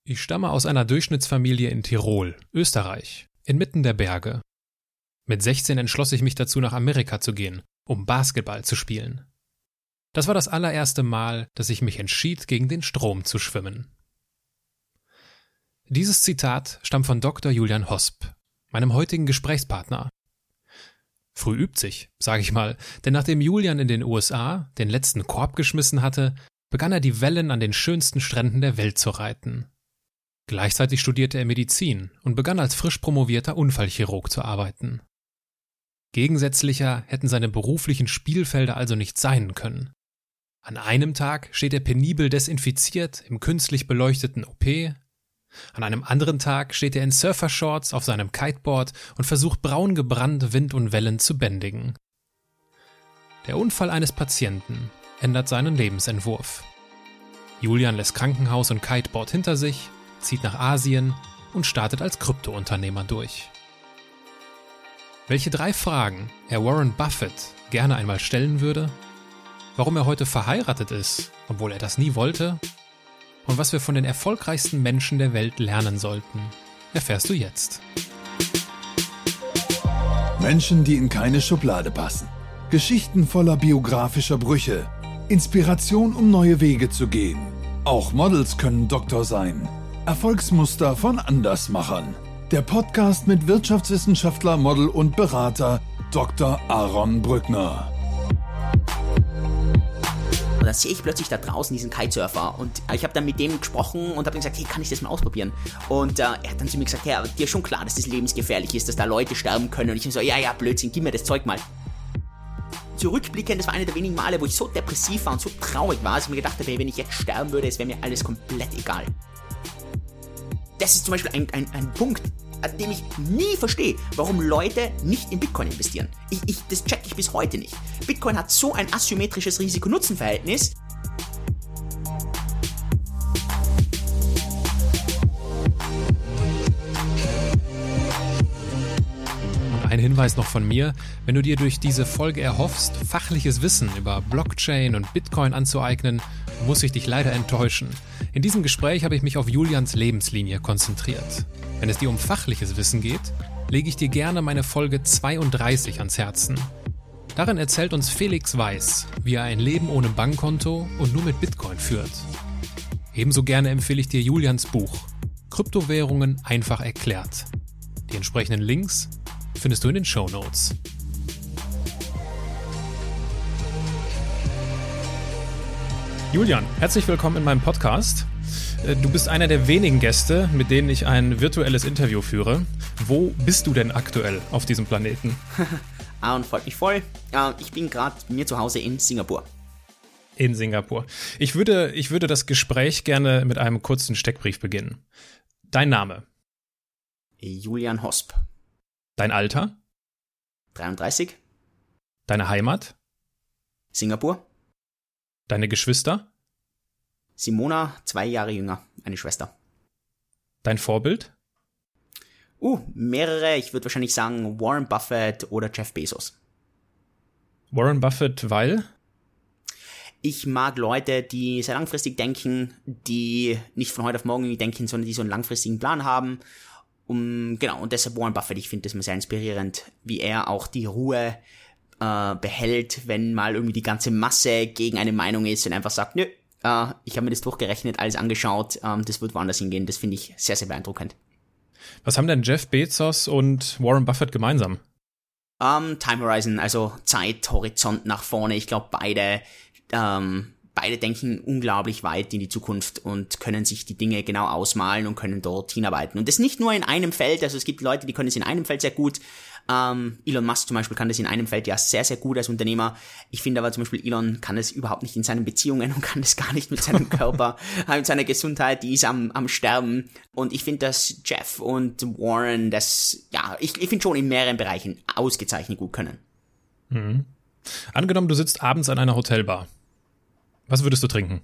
Ich stamme aus einer Durchschnittsfamilie in Tirol, Österreich, inmitten der Berge. Mit 16 entschloss ich mich dazu, nach Amerika zu gehen, um Basketball zu spielen. Das war das allererste Mal, dass ich mich entschied, gegen den Strom zu schwimmen. Dieses Zitat stammt von Dr. Julian Hosp, meinem heutigen Gesprächspartner. Früh übt sich, sage ich mal, denn nachdem Julian in den USA den letzten Korb geschmissen hatte, begann er die Wellen an den schönsten Stränden der Welt zu reiten. Gleichzeitig studierte er Medizin und begann als frisch promovierter Unfallchirurg zu arbeiten. Gegensätzlicher hätten seine beruflichen Spielfelder also nicht sein können. An einem Tag steht er penibel desinfiziert im künstlich beleuchteten OP, an einem anderen Tag steht er in Surfershorts auf seinem Kiteboard und versucht braun gebrannt Wind und Wellen zu bändigen. Der Unfall eines Patienten ändert seinen Lebensentwurf. Julian lässt Krankenhaus und Kiteboard hinter sich, zieht nach Asien und startet als Kryptounternehmer durch. Welche 3 Fragen er Warren Buffett gerne einmal stellen würde, warum er heute verheiratet ist, obwohl er das nie wollte, und was wir von den erfolgreichsten Menschen der Welt lernen sollten, erfährst du jetzt. Menschen, die in keine Schublade passen. Geschichten voller biografischer Brüche. Inspiration, um neue Wege zu gehen. Auch Models können Doktor sein. Erfolgsmuster von Andersmachern. Der Podcast mit Wirtschaftswissenschaftler, Model und Berater Dr. Aaron Brückner. Und dann sehe ich plötzlich da draußen diesen Kitesurfer und ich habe dann mit dem gesprochen und habe ihm gesagt, hey, kann ich das mal ausprobieren? Und er hat dann zu mir gesagt, ja, dir ist schon klar, dass das lebensgefährlich ist, dass da Leute sterben können. Und ich so, ja, Blödsinn, gib mir das Zeug mal. Zurückblickend, das war eine der wenigen Male, wo ich so depressiv war und so traurig war, dass ich mir gedacht habe, hey, wenn ich jetzt sterben würde, es wäre mir alles komplett egal. Das ist zum Beispiel ein Punkt, an dem ich nie verstehe, warum Leute nicht in Bitcoin investieren. Das check ich bis heute nicht. Bitcoin hat so ein asymmetrisches Risiko-Nutzen-Verhältnis. Und ein Hinweis noch von mir, wenn du dir durch diese Folge erhoffst, fachliches Wissen über Blockchain und Bitcoin anzueignen, muss ich dich leider enttäuschen. In diesem Gespräch habe ich mich auf Julians Lebenslinie konzentriert. Wenn es dir um fachliches Wissen geht, lege ich dir gerne meine Folge 32 ans Herzen. Darin erzählt uns Felix Weiß, wie er ein Leben ohne Bankkonto und nur mit Bitcoin führt. Ebenso gerne empfehle ich dir Julians Buch Kryptowährungen einfach erklärt. Die entsprechenden Links findest du in den Shownotes. Julian, herzlich willkommen in meinem Podcast. Du bist einer der wenigen Gäste, mit denen ich ein virtuelles Interview führe. Wo bist du denn aktuell auf diesem Planeten? Und freut mich voll. Ich bin gerade bei mir zu Hause in Singapur. In Singapur. Ich würde das Gespräch gerne mit einem kurzen Steckbrief beginnen. Dein Name? Julian Hosp. Dein Alter? 33. Deine Heimat? Singapur. Deine Geschwister? Simona, 2 Jahre jünger, eine Schwester. Dein Vorbild? Mehrere. Ich würde wahrscheinlich sagen Warren Buffett oder Jeff Bezos. Warren Buffett, weil? Ich mag Leute, die sehr langfristig denken, die nicht von heute auf morgen denken, sondern die so einen langfristigen Plan haben. Und deshalb Warren Buffett. Ich finde das immer sehr inspirierend, wie er auch die Ruhe behält, wenn mal irgendwie die ganze Masse gegen eine Meinung ist und einfach sagt, nö, ich habe mir das durchgerechnet, alles angeschaut, das wird woanders hingehen. Das finde ich sehr, sehr beeindruckend. Was haben denn Jeff Bezos und Warren Buffett gemeinsam? Time Horizon, also Zeithorizont nach vorne. Ich glaube, beide denken unglaublich weit in die Zukunft und können sich die Dinge genau ausmalen und können dort hinarbeiten. Und das nicht nur in einem Feld, also es gibt Leute, die können es in einem Feld sehr gut. Elon Musk zum Beispiel kann das in einem Feld ja sehr, sehr gut als Unternehmer. Ich finde aber zum Beispiel, Elon kann das überhaupt nicht in seinen Beziehungen und kann das gar nicht mit seinem Körper, mit seiner Gesundheit, die ist am Sterben. Und ich finde, dass Jeff und Warren ich finde schon in mehreren Bereichen ausgezeichnet gut können. Mhm. Angenommen, du sitzt abends an einer Hotelbar. Was würdest du trinken?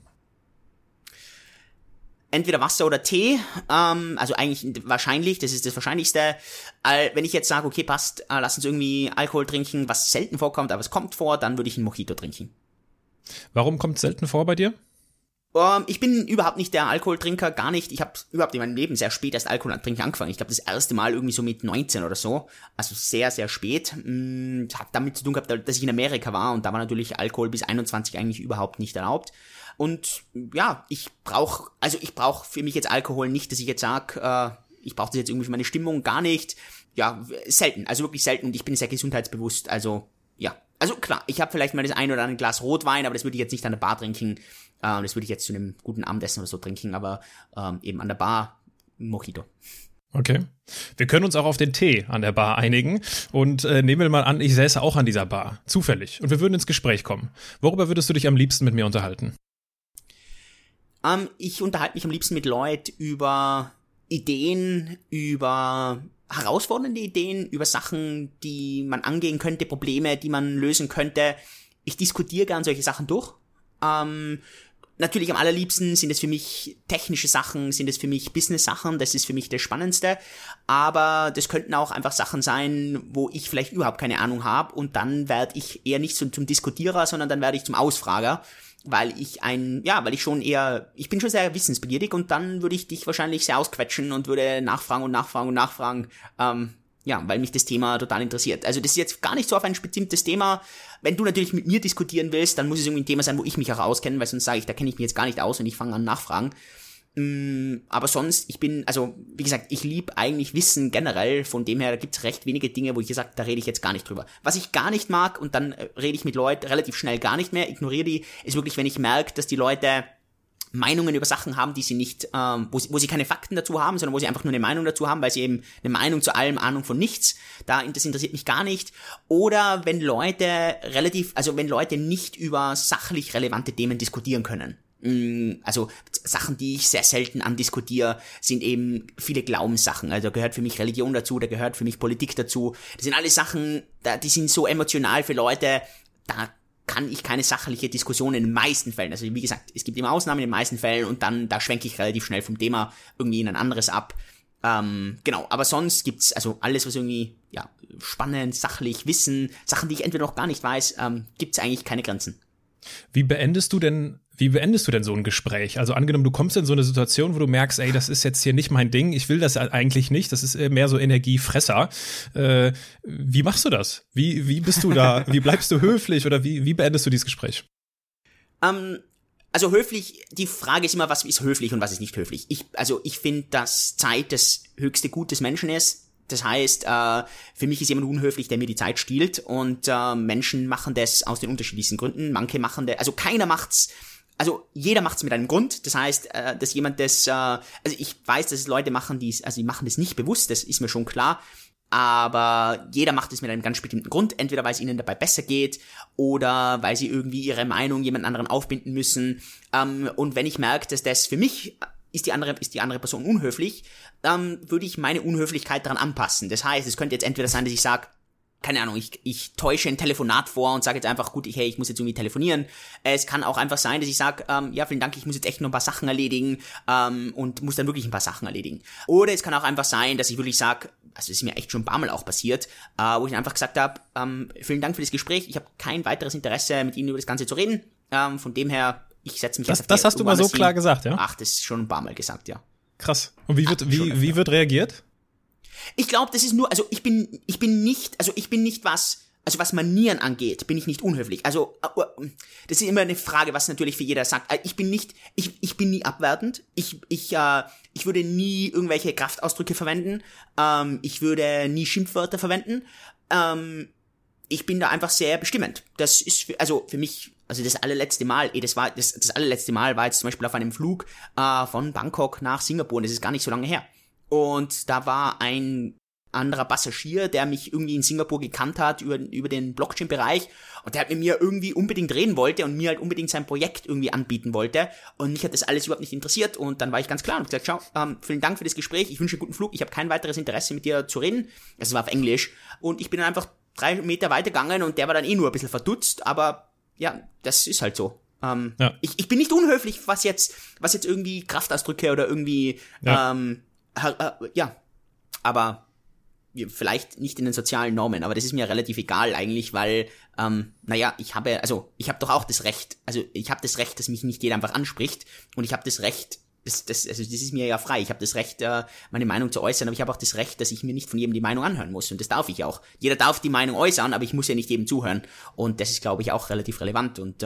Entweder Wasser oder Tee, also eigentlich wahrscheinlich, das ist das Wahrscheinlichste. Wenn ich jetzt sage, okay, passt, lass uns irgendwie Alkohol trinken, was selten vorkommt, aber es kommt vor, dann würde ich einen Mojito trinken. Warum kommt es selten vor bei dir? Ich bin überhaupt nicht der Alkoholtrinker, gar nicht. Ich habe überhaupt in meinem Leben sehr spät erst Alkohol trinken angefangen. Ich glaube, das erste Mal irgendwie so mit 19 oder so. Also sehr, sehr spät. Hat damit zu tun gehabt, dass ich in Amerika war und da war natürlich Alkohol bis 21 eigentlich überhaupt nicht erlaubt. Und ja, ich brauche für mich jetzt Alkohol nicht, dass ich jetzt sage, ich brauche das jetzt irgendwie für meine Stimmung, gar nicht. Ja, selten, also wirklich selten und ich bin sehr gesundheitsbewusst, also ja. Also klar, ich habe vielleicht mal das ein oder andere Glas Rotwein, aber das würde ich jetzt nicht an der Bar trinken. Das würde ich jetzt zu einem guten Abendessen oder so trinken, aber eben an der Bar Mojito. Okay. Wir können uns auch auf den Tee an der Bar einigen und nehmen wir mal an, ich säße auch an dieser Bar, zufällig, und wir würden ins Gespräch kommen. Worüber würdest du dich am liebsten mit mir unterhalten? Ich unterhalte mich am liebsten mit Leuten über Ideen, über herausfordernde Ideen, über Sachen, die man angehen könnte, Probleme, die man lösen könnte. Ich diskutiere gern solche Sachen durch. Natürlich am allerliebsten sind es für mich technische Sachen, sind es für mich Business-Sachen, das ist für mich das Spannendste, aber das könnten auch einfach Sachen sein, wo ich vielleicht überhaupt keine Ahnung habe und dann werde ich eher nicht zum Diskutierer, sondern dann werde ich zum Ausfrager, weil ich bin schon sehr wissensbegierig und dann würde ich dich wahrscheinlich sehr ausquetschen und würde nachfragen, weil mich das Thema total interessiert. Also das ist jetzt gar nicht so auf ein bestimmtes Thema. Wenn du natürlich mit mir diskutieren willst, dann muss es irgendwie ein Thema sein, wo ich mich auch auskenne, weil sonst sage ich, da kenne ich mich jetzt gar nicht aus und ich fange an nachfragen. Aber sonst, wie gesagt, ich liebe eigentlich Wissen generell, von dem her, da gibt's recht wenige Dinge, wo ich gesagt, da rede ich jetzt gar nicht drüber. Was ich gar nicht mag, und dann rede ich mit Leuten relativ schnell gar nicht mehr, ignoriere die, ist wirklich, wenn ich merke, dass die Leute Meinungen über Sachen haben, die sie nicht, wo sie keine Fakten dazu haben, sondern wo sie einfach nur eine Meinung dazu haben, weil sie eben eine Meinung zu allem, Ahnung von nichts, das interessiert mich gar nicht. Oder wenn Leute nicht über sachlich relevante Themen diskutieren können. Also Sachen, die ich sehr selten andiskutiere, sind eben viele Glaubenssachen. Also da gehört für mich Religion dazu, da gehört für mich Politik dazu. Das sind alles Sachen, die sind so emotional für Leute, da kann ich keine sachliche Diskussion in den meisten Fällen. Also wie gesagt, es gibt immer Ausnahmen in den meisten Fällen und dann, da schwenke ich relativ schnell vom Thema irgendwie in ein anderes ab. Genau, aber sonst gibt's also alles, was irgendwie, ja, spannend, sachlich, Wissen, Sachen, die ich entweder noch gar nicht weiß, gibt's eigentlich keine Grenzen. Wie beendest du denn so ein Gespräch? Also angenommen, du kommst in so eine Situation, wo du merkst, ey, das ist jetzt hier nicht mein Ding, ich will das eigentlich nicht, das ist mehr so Energiefresser. Wie machst du das? Wie bist du da? Wie bleibst du höflich oder wie beendest du dieses Gespräch? Also höflich, die Frage ist immer, was ist höflich und was ist nicht höflich. Ich finde, dass Zeit das höchste Gut des Menschen ist. Das heißt, für mich ist jemand unhöflich, der mir die Zeit stiehlt und Menschen machen das aus den unterschiedlichsten Gründen. Manche machen das, also keiner macht's, also jeder macht's mit einem Grund. Das heißt, dass jemand das, also ich weiß, dass es Leute machen, die machen das nicht bewusst, das ist mir schon klar. Aber jeder macht es mit einem ganz bestimmten Grund, entweder weil es ihnen dabei besser geht oder weil sie irgendwie ihre Meinung jemand anderen aufbinden müssen. Und wenn ich merke, dass das für mich ist die andere Person unhöflich, würde ich meine Unhöflichkeit daran anpassen. Das heißt, es könnte jetzt entweder sein, dass ich sage, keine Ahnung, ich täusche ein Telefonat vor und sage jetzt einfach, gut, ich muss jetzt irgendwie telefonieren. Es kann auch einfach sein, dass ich sage, ja, vielen Dank, ich muss jetzt echt noch ein paar Sachen erledigen und muss dann wirklich ein paar Sachen erledigen. Oder es kann auch einfach sein, dass ich wirklich sage, also es ist mir echt schon ein paar Mal auch passiert, wo ich einfach gesagt habe, vielen Dank für das Gespräch, ich habe kein weiteres Interesse, mit Ihnen über das Ganze zu reden. Von dem her, ich setze mich Das hast du mal so klar gesagt, ja? Ach, das ist schon ein paar Mal gesagt, ja. Krass. Und wie wird reagiert? Ich glaube, das ist nur, also ich bin nicht was Manieren angeht, bin ich nicht unhöflich. Also, das ist immer eine Frage, was natürlich für jeder sagt. Ich bin nie abwertend. Ich würde nie irgendwelche Kraftausdrücke verwenden. Ich würde nie Schimpfwörter verwenden. Ich bin da einfach sehr bestimmend. Das ist für mich, also das allerletzte Mal, das allerletzte Mal war jetzt zum Beispiel auf einem Flug von Bangkok nach Singapur und das ist gar nicht so lange her. Und da war ein anderer Passagier, der mich irgendwie in Singapur gekannt hat über den Blockchain-Bereich und der halt mit mir irgendwie unbedingt reden wollte und mir halt unbedingt sein Projekt irgendwie anbieten wollte und mich hat das alles überhaupt nicht interessiert und dann war ich ganz klar und gesagt, schau, vielen Dank für das Gespräch, ich wünsche einen guten Flug, ich habe kein weiteres Interesse mit dir zu reden, das war auf Englisch und ich bin dann einfach 3 Meter weitergegangen und der war dann nur ein bisschen verdutzt, aber ja, das ist halt so. Ja. Ich bin nicht unhöflich, was jetzt irgendwie Kraftausdrücke oder irgendwie, aber vielleicht nicht in den sozialen Normen, aber das ist mir relativ egal eigentlich, weil, ich habe doch auch das Recht, dass mich nicht jeder einfach anspricht und ich habe das Recht, das ist mir ja frei, ich habe das Recht, meine Meinung zu äußern, aber ich habe auch das Recht, dass ich mir nicht von jedem die Meinung anhören muss und das darf ich auch. Jeder darf die Meinung äußern, aber ich muss ja nicht jedem zuhören und das ist, glaube ich, auch relativ relevant und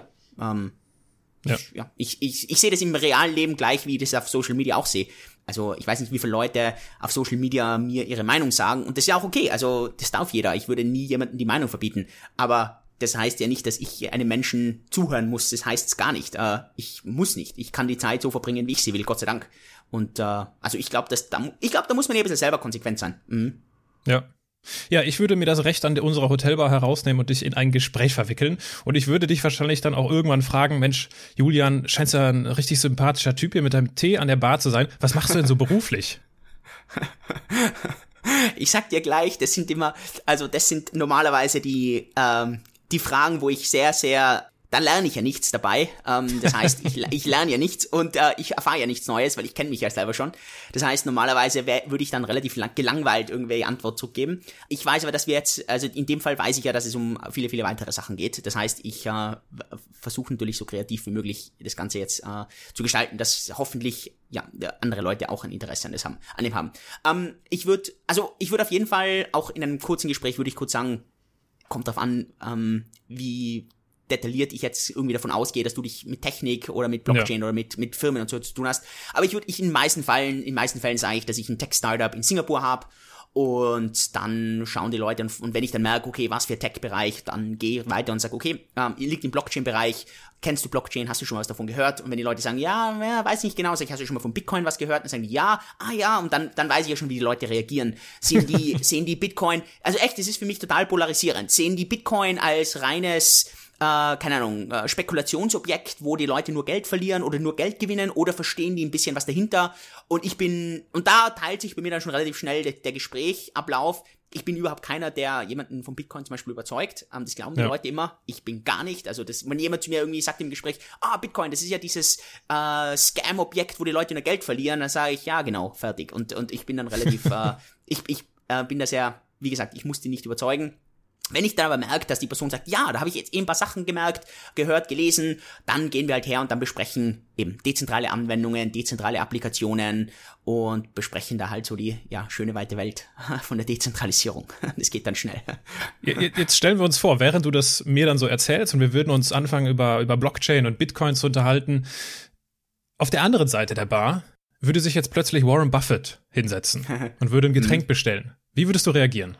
ich sehe das im realen Leben gleich, wie ich das auf Social Media auch sehe. Also ich weiß nicht, wie viele Leute auf Social Media mir ihre Meinung sagen und das ist ja auch okay, also das darf jeder, ich würde nie jemandem die Meinung verbieten, aber das heißt ja nicht, dass ich einem Menschen zuhören muss, das heißt es gar nicht, ich muss nicht, ich kann die Zeit so verbringen, wie ich sie will, Gott sei Dank und also ich glaube, da muss man ja ein bisschen selber konsequent sein. Mhm. Ja, ich würde mir das Recht an unserer Hotelbar herausnehmen und dich in ein Gespräch verwickeln. Und ich würde dich wahrscheinlich dann auch irgendwann fragen, Mensch, Julian, scheinst ja ein richtig sympathischer Typ hier mit deinem Tee an der Bar zu sein. Was machst du denn so beruflich? Ich sag dir gleich, das sind normalerweise die Fragen, wo ich sehr, sehr, da lerne ich ja nichts dabei. Das heißt, ich lerne ja nichts und ich erfahre ja nichts Neues, weil ich kenne mich ja selber schon. Das heißt, normalerweise würde ich dann relativ gelangweilt irgendwelche Antwort zurückgeben. Ich weiß aber, dass wir jetzt, also in dem Fall weiß ich ja, dass es um viele, viele weitere Sachen geht. Das heißt, ich versuche natürlich so kreativ wie möglich das Ganze jetzt zu gestalten, dass hoffentlich andere Leute auch ein Interesse an dem haben. Ich würde auf jeden Fall auch in einem kurzen Gespräch würde ich kurz sagen, kommt drauf an, wie detailliert ich jetzt irgendwie davon ausgehe, dass du dich mit Technik oder mit Blockchain oder mit Firmen und so zu tun hast. Aber in den meisten Fällen sage ich, dass ich ein Tech-Startup in Singapur habe und dann schauen die Leute und wenn ich dann merke, okay, was für Tech-Bereich, dann gehe ich weiter und sage, okay, ihr liegt im Blockchain-Bereich, kennst du Blockchain, hast du schon was davon gehört? Und wenn die Leute sagen, ja, weiß nicht genau, sag ich, hast du schon mal von Bitcoin was gehört? Dann sagen die, ja, und dann weiß ich ja schon, wie die Leute reagieren. Sehen die Bitcoin, also echt, das ist für mich total polarisierend, sehen die Bitcoin als reines Spekulationsobjekt, wo die Leute nur Geld verlieren oder nur Geld gewinnen oder verstehen die ein bisschen was dahinter und da teilt sich bei mir dann schon relativ schnell der Gesprächablauf. Ich bin überhaupt keiner, der jemanden von Bitcoin zum Beispiel überzeugt. Das glauben die Leute immer. Ich bin gar nicht. Also wenn jemand zu mir irgendwie sagt im Gespräch, Bitcoin, das ist ja dieses Scam-Objekt, wo die Leute nur Geld verlieren, dann sage ich, ja genau, fertig. Und ich bin dann relativ, ich bin da sehr, wie gesagt, ich muss die nicht überzeugen. Wenn ich dann aber merke, dass die Person sagt, ja, da habe ich jetzt ein paar Sachen gemerkt, gehört, gelesen, dann gehen wir halt her und dann besprechen eben dezentrale Anwendungen, dezentrale Applikationen und besprechen da halt so die schöne weite Welt von der Dezentralisierung. Das geht dann schnell. Jetzt stellen wir uns vor, während du das mir dann so erzählst und wir würden uns anfangen über Blockchain und Bitcoin zu unterhalten, auf der anderen Seite der Bar würde sich jetzt plötzlich Warren Buffett hinsetzen und würde ein Getränk bestellen. Wie würdest du reagieren?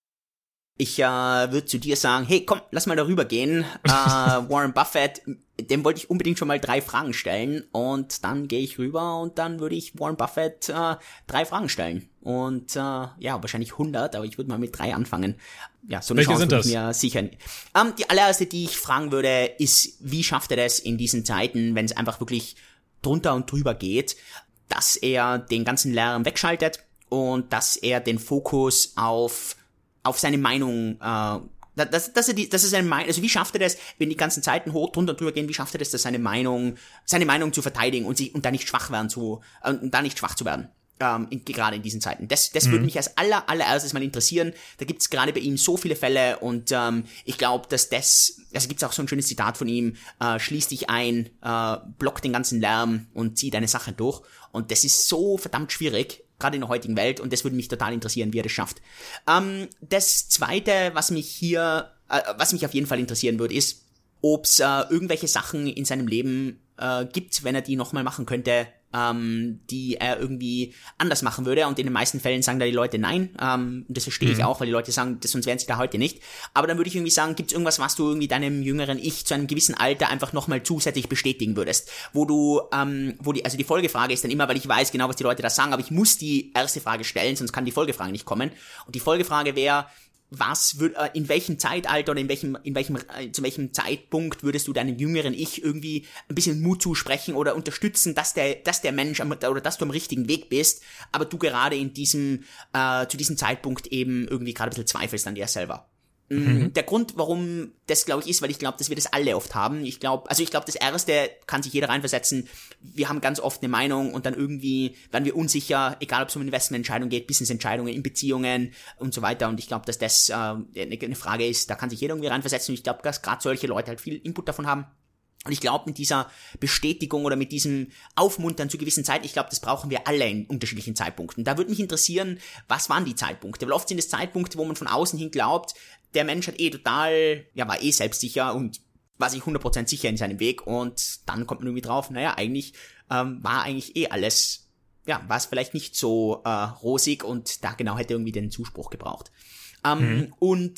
Ich würde zu dir sagen, hey, komm, lass mal darüber gehen. Warren Buffett, dem wollte ich unbedingt schon mal 3 Fragen stellen und dann gehe ich rüber und dann würde ich Warren Buffett 3 Fragen stellen. Und wahrscheinlich 100, aber ich würde mal mit 3 anfangen. Ja, so eine Welche Chance sind würde das? ich mir sicher. Die allererste, die ich fragen würde, ist, wie schafft er das in diesen Zeiten, wenn es einfach wirklich drunter und drüber geht, dass er den ganzen Lärm wegschaltet und dass er den Fokus auf seine Meinung, dass er seine Meinung, also wie schafft er das, wenn die ganzen Zeiten hoch drunter und drüber gehen, wie schafft er das, dass seine Meinung zu verteidigen und da nicht schwach zu werden, gerade in diesen Zeiten. Das würde mich als allererstes mal interessieren. Da gibt's gerade bei ihm so viele Fälle und ich glaube, dass gibt's auch so ein schönes Zitat von ihm, schließ dich ein, block den ganzen Lärm und zieh deine Sache durch. Und das ist so verdammt schwierig, gerade in der heutigen Welt, und das würde mich total interessieren, wie er das schafft. Das Zweite, was mich auf jeden Fall interessieren würde, ist, ob es irgendwelche Sachen in seinem Leben gibt, wenn er die nochmal machen könnte, die er irgendwie anders machen würde, und in den meisten Fällen sagen da die Leute nein, das verstehe ich auch, weil die Leute sagen, sonst wären sie da heute nicht, aber dann würde ich irgendwie sagen, gibt es irgendwas, was du irgendwie deinem jüngeren Ich zu einem gewissen Alter einfach nochmal zusätzlich bestätigen würdest, wo die Folgefrage ist dann immer, weil ich weiß genau, was die Leute da sagen, aber ich muss die erste Frage stellen, sonst kann die Folgefrage nicht kommen, und die Folgefrage wäre, in welchem Zeitalter oder zu welchem Zeitpunkt würdest du deinem jüngeren Ich irgendwie ein bisschen Mut zusprechen oder unterstützen, dass der Mensch oder dass du am richtigen Weg bist, aber du gerade zu diesem Zeitpunkt eben irgendwie gerade ein bisschen zweifelst an dir selber. Der Grund, warum das, glaube ich, ist, weil ich glaube, dass wir das alle oft haben. Ich glaube, das Erste kann sich jeder reinversetzen. Wir haben ganz oft eine Meinung und dann irgendwie werden wir unsicher, egal ob es um Investmententscheidungen geht, Businessentscheidungen in Beziehungen und so weiter. Und ich glaube, dass das eine Frage ist, da kann sich jeder irgendwie reinversetzen. Und ich glaube, dass gerade solche Leute halt viel Input davon haben. Und ich glaube, mit dieser Bestätigung oder mit diesem Aufmuntern zu gewissen Zeiten, ich glaube, das brauchen wir alle in unterschiedlichen Zeitpunkten. Da würde mich interessieren, was waren die Zeitpunkte? Weil oft sind es Zeitpunkte, wo man von außen hin glaubt, der Mensch hat war selbstsicher und war sich 100% sicher in seinem Weg. Und dann kommt man irgendwie drauf, eigentlich war eigentlich alles, war es vielleicht nicht so rosig und da genau hätte irgendwie den Zuspruch gebraucht. Und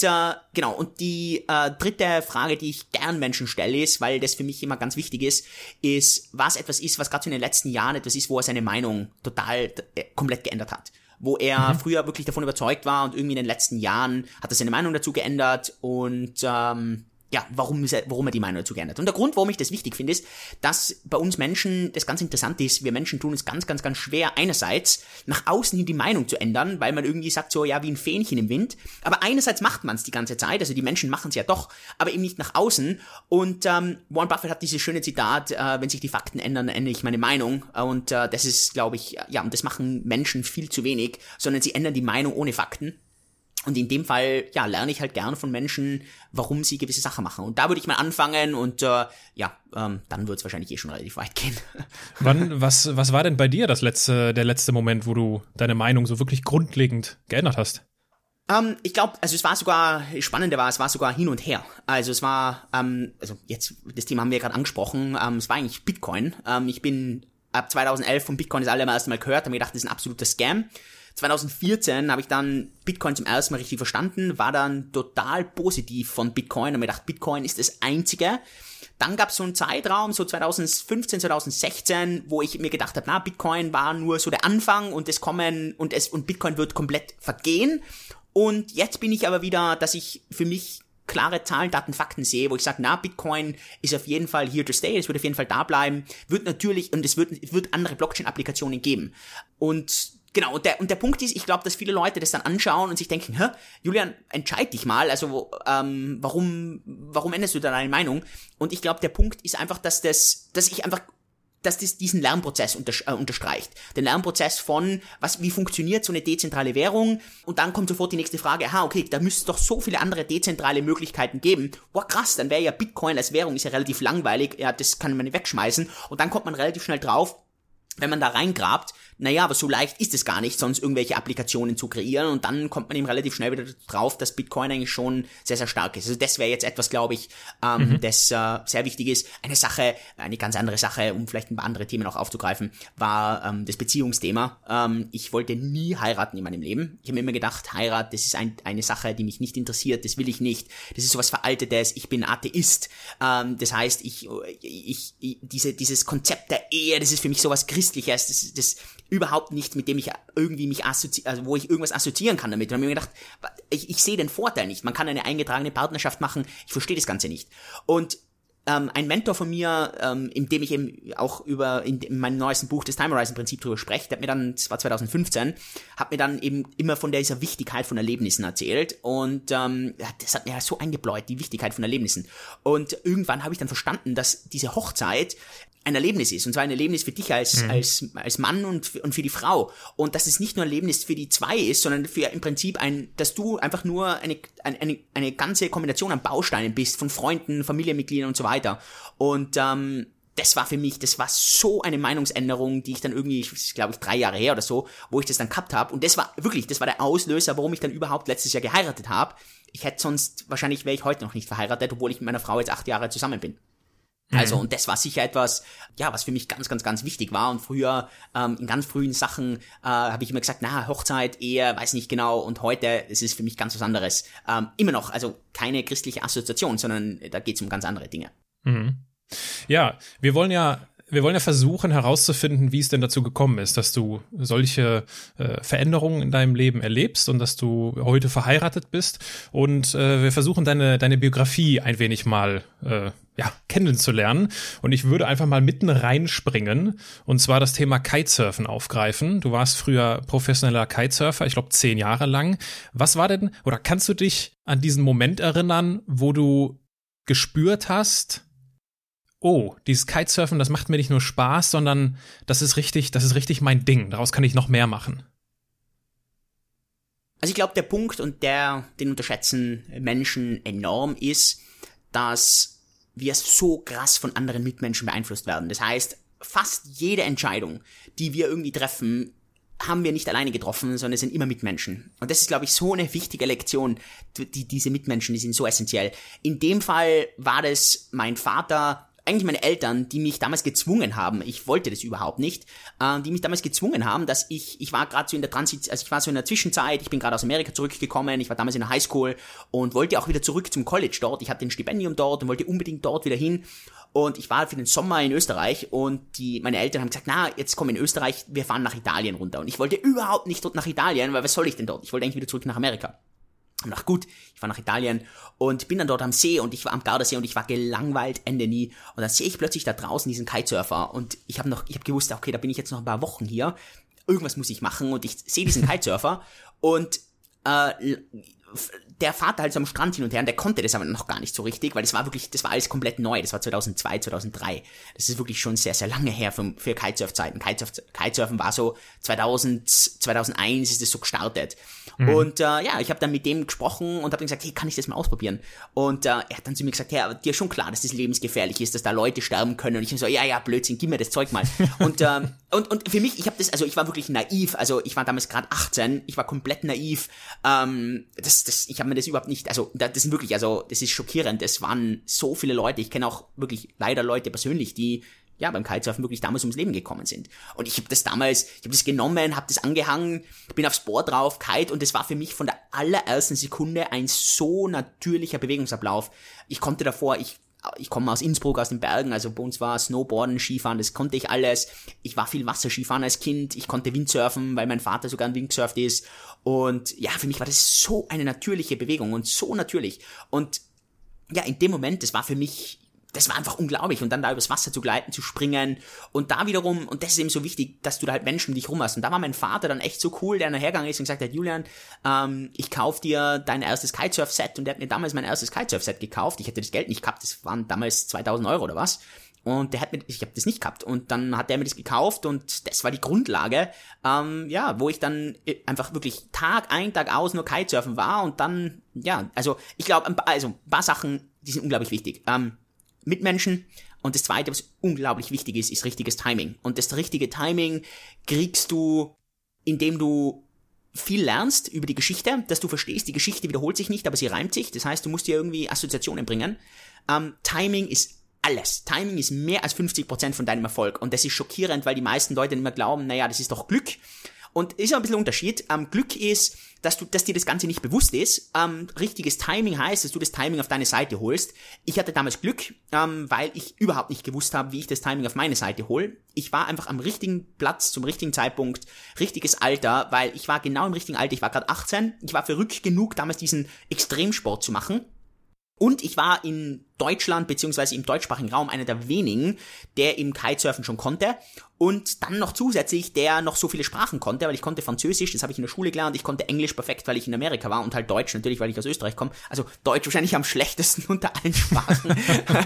die dritte Frage, die ich gern Menschen stelle, ist, weil das für mich immer ganz wichtig ist, was etwas ist, was gerade so in den letzten Jahren etwas ist, wo er seine Meinung total komplett geändert hat. Wo er früher wirklich davon überzeugt war und irgendwie in den letzten Jahren hat er seine Meinung dazu geändert und warum er die Meinung dazu geändert hat. Und der Grund, warum ich das wichtig finde, ist, dass bei uns Menschen das ganz interessant ist. Wir Menschen tun es ganz, ganz, ganz schwer, einerseits nach außen hin die Meinung zu ändern, weil man irgendwie sagt so, wie ein Fähnchen im Wind. Aber einerseits macht man es die ganze Zeit, also die Menschen machen es ja doch, aber eben nicht nach außen. Und Warren Buffett hat dieses schöne Zitat, wenn sich die Fakten ändern, ändere ich meine Meinung. Und das ist, glaube ich, und das machen Menschen viel zu wenig, sondern sie ändern die Meinung ohne Fakten. Und in dem Fall, lerne ich halt gerne von Menschen, warum sie gewisse Sachen machen. Und da würde ich mal anfangen und dann wird es wahrscheinlich schon relativ weit gehen. Was war denn bei dir der letzte Moment, wo du deine Meinung so wirklich grundlegend geändert hast? Ich glaube, es war sogar hin und her. Also es war, jetzt, das Thema haben wir gerade angesprochen, es war eigentlich Bitcoin. Ich bin ab 2011 von Bitcoin das allererste Mal gehört, habe mir gedacht, das ist ein absoluter Scam. 2014 habe ich dann Bitcoin zum ersten Mal richtig verstanden, war dann total positiv von Bitcoin und mir gedacht, Bitcoin ist das Einzige. Dann gab es so einen Zeitraum, so 2015, 2016, wo ich mir gedacht habe, Bitcoin war nur so der Anfang und und Bitcoin wird komplett vergehen. Und jetzt bin ich aber wieder, dass ich für mich klare Zahlen, Daten, Fakten sehe, wo ich sage, Bitcoin ist auf jeden Fall here to stay, es wird auf jeden Fall da bleiben, wird natürlich, und es wird andere Blockchain-Applikationen geben. Und genau, und der Punkt ist, ich glaube, dass viele Leute das dann anschauen und sich denken, Julian, entscheid dich mal, also warum änderst du da deine Meinung? Und ich glaube, der Punkt ist einfach, dass das diesen Lernprozess unterstreicht. Den Lernprozess von, wie funktioniert so eine dezentrale Währung? Und dann kommt sofort die nächste Frage, okay, da müsste es doch so viele andere dezentrale Möglichkeiten geben. Krass, dann wäre ja Bitcoin als Währung, ist ja relativ langweilig, das kann man nicht wegschmeißen. Und dann kommt man relativ schnell drauf, wenn man da reingrabt, aber so leicht ist es gar nicht, sonst irgendwelche Applikationen zu kreieren und dann kommt man eben relativ schnell wieder drauf, dass Bitcoin eigentlich schon sehr, sehr stark ist. Also das wäre jetzt etwas, glaube ich, das sehr wichtig ist. Eine ganz andere Sache, um vielleicht ein paar andere Themen auch aufzugreifen, war das Beziehungsthema. Ich wollte nie heiraten in meinem Leben. Ich habe mir immer gedacht, Heirat, das ist eine Sache, die mich nicht interessiert, das will ich nicht. Das ist sowas Veraltetes, ich bin Atheist. Das heißt, dieses Konzept der Ehe, das ist für mich sowas Christliches, das überhaupt nichts, mit dem ich irgendwie wo ich irgendwas assoziieren kann damit. Und ich habe mir gedacht, ich sehe den Vorteil nicht. Man kann eine eingetragene Partnerschaft machen. Ich verstehe das Ganze nicht. Und ein Mentor von mir, in dem ich eben auch in meinem neuesten Buch das Time Horizon Prinzip drüber spreche, das war 2015, hat mir dann eben immer von dieser Wichtigkeit von Erlebnissen erzählt und das hat mir so eingebläut, die Wichtigkeit von Erlebnissen. Und irgendwann habe ich dann verstanden, dass diese Hochzeit ein Erlebnis ist, und zwar ein Erlebnis für dich als Mann und für die Frau. Und dass es nicht nur ein Erlebnis für die zwei ist, sondern für im Prinzip dass du einfach nur eine ganze Kombination an Bausteinen bist, von Freunden, Familienmitgliedern und so weiter. Und das war so eine Meinungsänderung, die ich dann irgendwie, glaube ich, 3 Jahre her oder so, wo ich das dann gehabt habe. Und das war der Auslöser, warum ich dann überhaupt letztes Jahr geheiratet habe. Wahrscheinlich wäre ich heute noch nicht verheiratet, obwohl ich mit meiner Frau jetzt 8 Jahre zusammen bin. Also, und das war sicher etwas, was für mich ganz, ganz, ganz wichtig war. Und früher, in ganz frühen Sachen, habe ich immer gesagt, Hochzeit, Ehe, weiß nicht genau. Und heute, es ist für mich ganz was anderes. Immer noch, also keine christliche Assoziation, sondern da geht es um ganz andere Dinge. Mhm. Ja, wir wollen ja versuchen herauszufinden, wie es denn dazu gekommen ist, dass du solche Veränderungen in deinem Leben erlebst und dass du heute verheiratet bist. Und wir versuchen deine Biografie ein wenig mal kennenzulernen. Und ich würde einfach mal mitten reinspringen und zwar das Thema Kitesurfen aufgreifen. Du warst früher professioneller Kitesurfer, ich glaube 10 Jahre lang. Was war denn, oder kannst du dich an diesen Moment erinnern, wo du gespürt hast, oh, dieses Kitesurfen, das macht mir nicht nur Spaß, sondern das ist richtig mein Ding. Daraus kann ich noch mehr machen. Also ich glaube, der Punkt, und den unterschätzen Menschen enorm, ist, dass wir so krass von anderen Mitmenschen beeinflusst werden. Das heißt, fast jede Entscheidung, die wir irgendwie treffen, haben wir nicht alleine getroffen, sondern es sind immer Mitmenschen. Und das ist, glaube ich, so eine wichtige Lektion. Diese Mitmenschen, die sind so essentiell. In dem Fall war das mein Vater, eigentlich meine Eltern, die mich damals gezwungen haben, ich wollte das überhaupt nicht, die mich damals gezwungen haben, dass ich war gerade so in der ich war so in der Zwischenzeit, ich bin gerade aus Amerika zurückgekommen, ich war damals in der Highschool und wollte auch wieder zurück zum College dort, ich hatte ein Stipendium dort und wollte unbedingt dort wieder hin und ich war halt für den Sommer in Österreich und meine Eltern haben gesagt, na, jetzt komm in Österreich, wir fahren nach Italien runter und ich wollte überhaupt nicht dort nach Italien, weil was soll ich denn dort? Ich wollte eigentlich wieder zurück nach Amerika. Und ach gut, ich war nach Italien und bin dann dort am See und ich war am Gardasee und ich war gelangweilt, Ende nie. Und dann sehe ich plötzlich da draußen diesen Kitesurfer und ich habe gewusst, okay, da bin ich jetzt noch ein paar Wochen hier. Irgendwas muss ich machen und ich sehe diesen Kitesurfer und der fährt halt so am Strand hin und her und der konnte das aber noch gar nicht so richtig, weil das war alles komplett neu. Das war 2002, 2003. Das ist wirklich schon sehr, sehr lange her für Kitesurf-Zeiten. Kitesurfen war so 2001 ist das so gestartet. Mhm. Und ich habe dann mit dem gesprochen und habe dann gesagt, hey, kann ich das mal ausprobieren? Und er hat dann zu mir gesagt, ja, dir ist schon klar, dass das lebensgefährlich ist, dass da Leute sterben können. Und ich so, ja, Blödsinn, gib mir das Zeug mal. Und für mich, ich war wirklich naiv. Also ich war damals gerade 18, ich war komplett naiv. Ich habe mir das überhaupt nicht, das ist schockierend. Es waren so viele Leute, ich kenne auch wirklich leider Leute persönlich, die beim Kitesurfen wirklich damals ums Leben gekommen sind. Und ich habe das genommen, habe das angehangen, bin aufs Board drauf, Kite, und das war für mich von der allerersten Sekunde ein so natürlicher Bewegungsablauf. Ich konnte davor, ich komme aus Innsbruck, aus den Bergen, also bei uns war Snowboarden, Skifahren, das konnte ich alles. Ich war viel Wasserskifahren als Kind, ich konnte Windsurfen, weil mein Vater sogar Windsurft ist. Und ja, für mich war das so eine natürliche Bewegung und so natürlich. Und ja, in dem Moment, das war einfach unglaublich. Und dann da übers Wasser zu gleiten, zu springen und da wiederum, und das ist eben so wichtig, dass du da halt Menschen um dich rum hast. Und da war mein Vater dann echt so cool, der nachhergegangen ist und gesagt hat, Julian, ich kauf dir dein erstes Kitesurf-Set. Und der hat mir damals mein erstes Kitesurf-Set gekauft. Ich hätte das Geld nicht gehabt, das waren damals 2.000 € oder was. Und ich habe das nicht gehabt. Und dann hat der mir das gekauft und das war die Grundlage, wo ich dann einfach wirklich Tag ein, Tag aus nur Kitesurfen war. Und dann, ich glaube, ein paar Sachen, die sind unglaublich wichtig. Mitmenschen. Und das Zweite, was unglaublich wichtig ist richtiges Timing. Und das richtige Timing kriegst du, indem du viel lernst über die Geschichte, dass du verstehst, die Geschichte wiederholt sich nicht, aber sie reimt sich. Das heißt, du musst dir irgendwie Assoziationen bringen. Timing ist alles. Timing ist mehr als 50% von deinem Erfolg. Und das ist schockierend, weil die meisten Leute immer glauben, naja, das ist doch Glück. Und ist ein bisschen Unterschied. Glück ist, dass dir das Ganze nicht bewusst ist. Richtiges Timing heißt, dass du das Timing auf deine Seite holst. Ich hatte damals Glück, weil ich überhaupt nicht gewusst habe, wie ich das Timing auf meine Seite hole. Ich war einfach am richtigen Platz, zum richtigen Zeitpunkt, richtiges Alter, weil ich war genau im richtigen Alter. Ich war gerade 18. Ich war verrückt genug, damals diesen Extremsport zu machen. Und ich war in Deutschland beziehungsweise im deutschsprachigen Raum einer der wenigen, der im Kitesurfen schon konnte und dann noch zusätzlich, der noch so viele Sprachen konnte, weil ich konnte Französisch, das habe ich in der Schule gelernt, ich konnte Englisch perfekt, weil ich in Amerika war und halt Deutsch natürlich, weil ich aus Österreich komme, also Deutsch wahrscheinlich am schlechtesten unter allen Sprachen.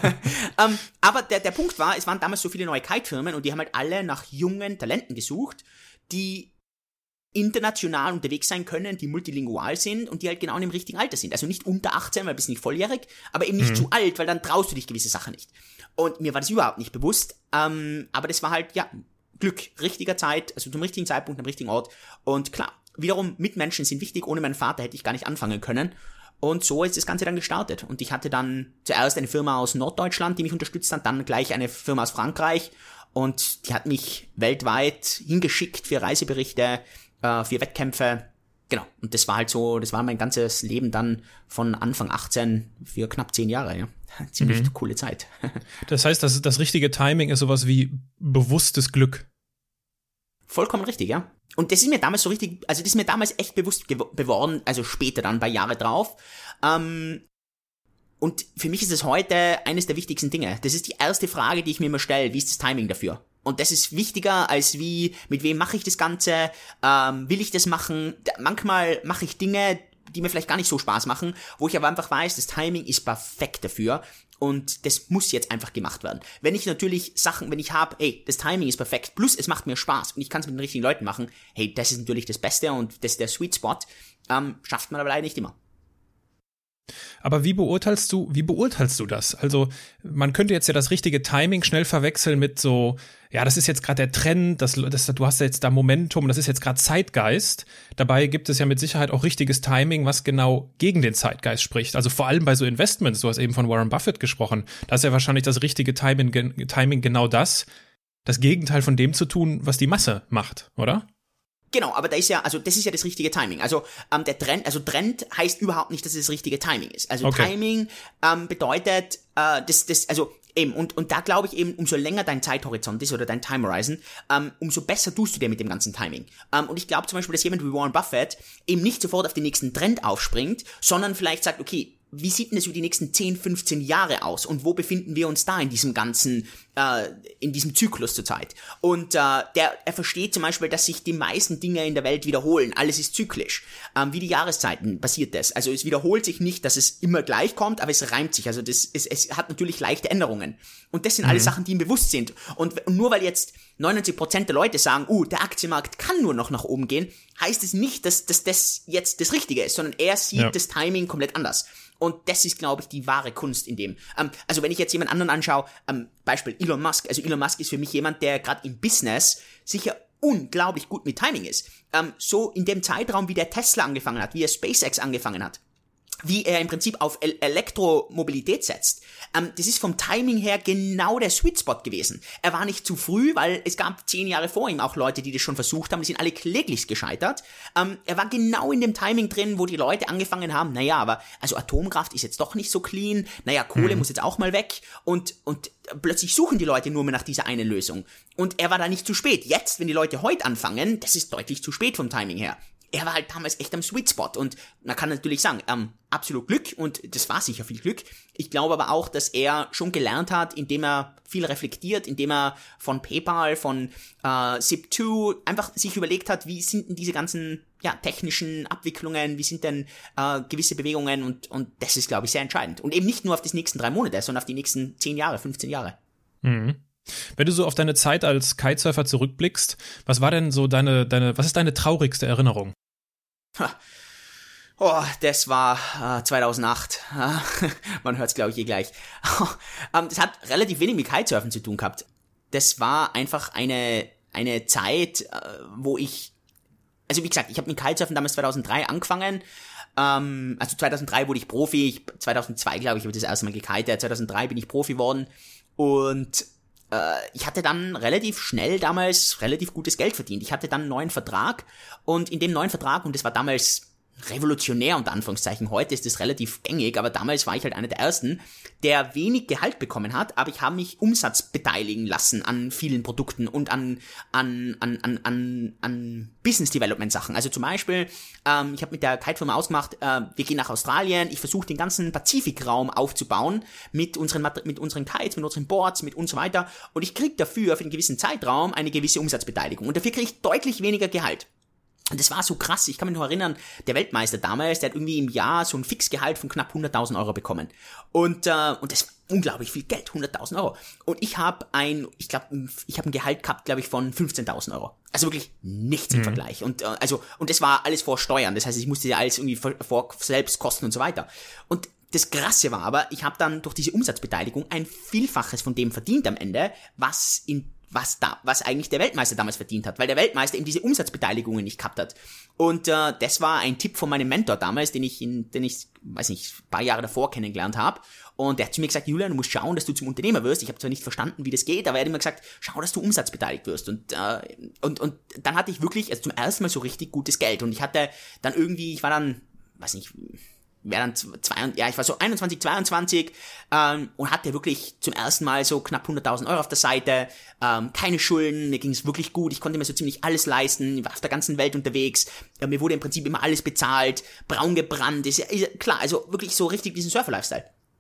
Aber der Punkt war, es waren damals so viele neue Kite-Firmen und die haben halt alle nach jungen Talenten gesucht, die international unterwegs sein können, die multilingual sind und die halt genau in dem richtigen Alter sind. Also nicht unter 18, weil du bist nicht volljährig, aber eben nicht zu alt, weil dann traust du dich gewisse Sachen nicht. Und mir war das überhaupt nicht bewusst, aber das war halt, Glück, richtiger Zeit, also zum richtigen Zeitpunkt, am richtigen Ort. Und klar, wiederum, Mitmenschen sind wichtig, ohne meinen Vater hätte ich gar nicht anfangen können. Und so ist das Ganze dann gestartet. Und ich hatte dann zuerst eine Firma aus Norddeutschland, die mich unterstützt hat, dann gleich eine Firma aus Frankreich und die hat mich weltweit hingeschickt für Reiseberichte, für Wettkämpfe, genau. Und das war halt so, das war mein ganzes Leben dann von Anfang 18 für knapp 10 Jahre, ja. Ziemlich coole Zeit. Das heißt, das richtige Timing ist sowas wie bewusstes Glück. Vollkommen richtig, ja. Und das ist mir damals so richtig, also das ist mir damals echt bewusst geworden, also später dann, bei Jahre drauf. Und für mich ist es heute eines der wichtigsten Dinge. Das ist die erste Frage, die ich mir immer stelle. Wie ist das Timing dafür? Und das ist wichtiger als mit wem mache ich das Ganze? Will ich das machen? Manchmal mache ich Dinge, die mir vielleicht gar nicht so Spaß machen, wo ich aber einfach weiß, das Timing ist perfekt dafür. Und das muss jetzt einfach gemacht werden. Wenn ich natürlich wenn ich habe, das Timing ist perfekt, plus es macht mir Spaß und ich kann es mit den richtigen Leuten machen, das ist natürlich das Beste und das ist der Sweet Spot, schafft man aber leider nicht immer. Aber wie beurteilst du das? Also, man könnte jetzt ja das richtige Timing schnell verwechseln mit so, ja, das ist jetzt gerade der Trend, du hast jetzt da Momentum, das ist jetzt gerade Zeitgeist. Dabei gibt es ja mit Sicherheit auch richtiges Timing, was genau gegen den Zeitgeist spricht. Also vor allem bei so Investments, du hast eben von Warren Buffett gesprochen, da ist ja wahrscheinlich das richtige Timing genau das Gegenteil von dem zu tun, was die Masse macht, oder? Genau, aber das ist ja das richtige Timing. Also Trend heißt überhaupt nicht, dass es das richtige Timing ist. Also okay. Timing bedeutet und da glaube ich eben, umso länger dein Zeithorizont ist oder dein Time Horizon, umso besser tust du dir mit dem ganzen Timing. Und ich glaube zum Beispiel, dass jemand wie Warren Buffett eben nicht sofort auf den nächsten Trend aufspringt, sondern vielleicht sagt, okay, wie sieht denn das über die nächsten 10, 15 Jahre aus und wo befinden wir uns da in diesem ganzen, in diesem Zyklus zurzeit? Und er versteht zum Beispiel, dass sich die meisten Dinge in der Welt wiederholen. Alles ist zyklisch. Wie die Jahreszeiten passiert das. Also es wiederholt sich nicht, dass es immer gleich kommt, aber es reimt sich. Also es hat natürlich leichte Änderungen. Und das sind alles Sachen, die ihm bewusst sind. Und nur weil jetzt 99% der Leute sagen, der Aktienmarkt kann nur noch nach oben gehen, heißt es nicht, dass das jetzt das Richtige ist, sondern er sieht das Timing komplett anders. Und das ist, glaube ich, die wahre Kunst in dem. Also wenn ich jetzt jemand anderen anschaue, Beispiel Elon Musk. Also Elon Musk ist für mich jemand, der gerade im Business sicher unglaublich gut mit Timing ist. So in dem Zeitraum, wie der Tesla angefangen hat, wie er SpaceX angefangen hat, wie er im Prinzip auf Elektromobilität setzt. Das ist vom Timing her genau der Sweet Spot gewesen. Er war nicht zu früh, weil es gab 10 Jahre vor ihm auch Leute, die das schon versucht haben, die sind alle kläglich gescheitert. Er war genau in dem Timing drin, wo die Leute angefangen haben, aber also Atomkraft ist jetzt doch nicht so clean, Kohle muss jetzt auch mal weg und plötzlich suchen die Leute nur mehr nach dieser einen Lösung. Und er war da nicht zu spät. Jetzt, wenn die Leute heute anfangen, das ist deutlich zu spät vom Timing her. Er war halt damals echt am Sweet Spot und man kann natürlich sagen, absolut Glück und das war sicher viel Glück. Ich glaube aber auch, dass er schon gelernt hat, indem er viel reflektiert, indem er von PayPal, von Zip2 einfach sich überlegt hat, wie sind denn diese ganzen technischen Abwicklungen, wie sind denn gewisse Bewegungen und das ist, glaube ich, sehr entscheidend. Und eben nicht nur auf die nächsten 3 Monate, sondern auf die nächsten 10 Jahre, 15 Jahre. Mhm. Wenn du so auf deine Zeit als Kitesurfer zurückblickst, was war denn so was ist deine traurigste Erinnerung? Das war 2008. Man hört es, glaube ich, gleich. Das hat relativ wenig mit Kitesurfen zu tun gehabt. Das war einfach eine Zeit, wo also wie gesagt, ich habe mit Kitesurfen damals 2003 angefangen. Also 2003 wurde ich Profi. 2002, glaube ich, habe ich das erste Mal gekitet. 2003 bin ich Profi geworden. Und ich hatte dann relativ schnell damals relativ gutes Geld verdient. Ich hatte dann einen neuen Vertrag und in dem neuen Vertrag, und das war damals revolutionär unter Anführungszeichen, heute ist das relativ gängig, aber damals war ich halt einer der Ersten, der wenig Gehalt bekommen hat, aber ich habe mich Umsatz beteiligen lassen an vielen Produkten und an Business Development Sachen. Also zum Beispiel, ich habe mit der Kite-Firma ausgemacht, wir gehen nach Australien, ich versuche den ganzen Pazifikraum aufzubauen mit unseren Kites, mit unseren Boards, mit und so weiter und ich kriege dafür für einen gewissen Zeitraum eine gewisse Umsatzbeteiligung und dafür kriege ich deutlich weniger Gehalt. Und das war so krass, ich kann mich noch erinnern, der Weltmeister damals, der hat irgendwie im Jahr so ein Fixgehalt von knapp 100.000 Euro bekommen. Und das war unglaublich viel Geld, 100.000 Euro. Und ich habe ein Gehalt gehabt, glaube ich, von 15.000 Euro. Also wirklich nichts im Vergleich. Und das war alles vor Steuern, das heißt, ich musste ja alles irgendwie vor Selbstkosten und so weiter. Und das Krasse war aber, ich habe dann durch diese Umsatzbeteiligung ein Vielfaches von dem verdient am Ende, was eigentlich der Weltmeister damals verdient hat, weil der Weltmeister eben diese Umsatzbeteiligungen nicht gehabt hat. Und das war ein Tipp von meinem Mentor damals, den ich, weiß nicht, ein paar Jahre davor kennengelernt habe. Und der hat zu mir gesagt, Julian, du musst schauen, dass du zum Unternehmer wirst. Ich habe zwar nicht verstanden, wie das geht, aber er hat immer gesagt, schau, dass du umsatzbeteiligt wirst. Und dann hatte ich wirklich, also zum ersten Mal so richtig gutes Geld. Und ich hatte dann irgendwie, ich war dann, weiß nicht, ich war so 21, 22 und hatte wirklich zum ersten Mal so knapp 100.000 Euro auf der Seite, keine Schulden, mir ging es wirklich gut, ich konnte mir so ziemlich alles leisten, ich war auf der ganzen Welt unterwegs, mir wurde im Prinzip immer alles bezahlt, braun gebrannt, ist ja klar, also wirklich so richtig diesen Surfer-Lifestyle.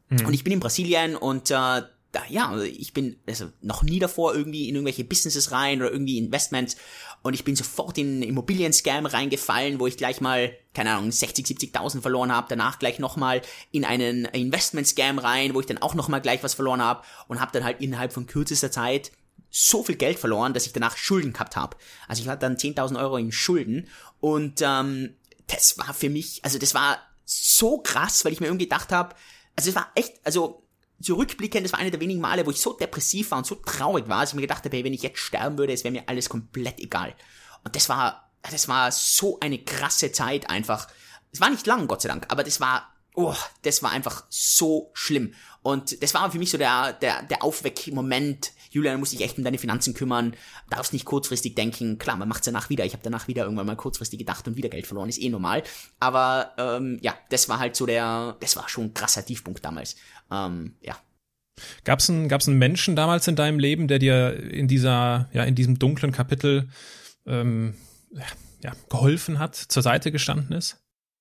Und ich bin in Brasilien und ich bin also noch nie davor irgendwie in irgendwelche Businesses rein oder irgendwie Investments und ich bin sofort in einen Immobilien-Scam reingefallen, wo ich gleich mal, keine Ahnung, 60, 70.000 verloren habe, danach gleich nochmal in einen Investment-Scam rein, wo ich dann auch nochmal gleich was verloren habe und habe dann halt innerhalb von kürzester Zeit so viel Geld verloren, dass ich danach Schulden gehabt habe. Also ich hatte dann 10.000 Euro in Schulden und das war für mich, also das war so krass, weil ich mir irgendwie gedacht habe, also es war echt, also zurückblickend, das war eine der wenigen Male, wo ich so depressiv war und so traurig war, dass ich mir gedacht habe, hey, wenn ich jetzt sterben würde, es wäre mir alles komplett egal. Und das war so eine krasse Zeit einfach. Es war nicht lang, Gott sei Dank, aber das war einfach so schlimm. Und das war für mich so der Aufweckmoment. Julian, du musst dich echt um deine Finanzen kümmern, darfst nicht kurzfristig denken. Klar, man macht's danach wieder. Ich habe danach wieder irgendwann mal kurzfristig gedacht und wieder Geld verloren, ist normal. Aber das war halt so das war schon ein krasser Tiefpunkt damals. Gab's einen Menschen damals in deinem Leben, der dir in diesem dunklen Kapitel geholfen hat, zur Seite gestanden ist?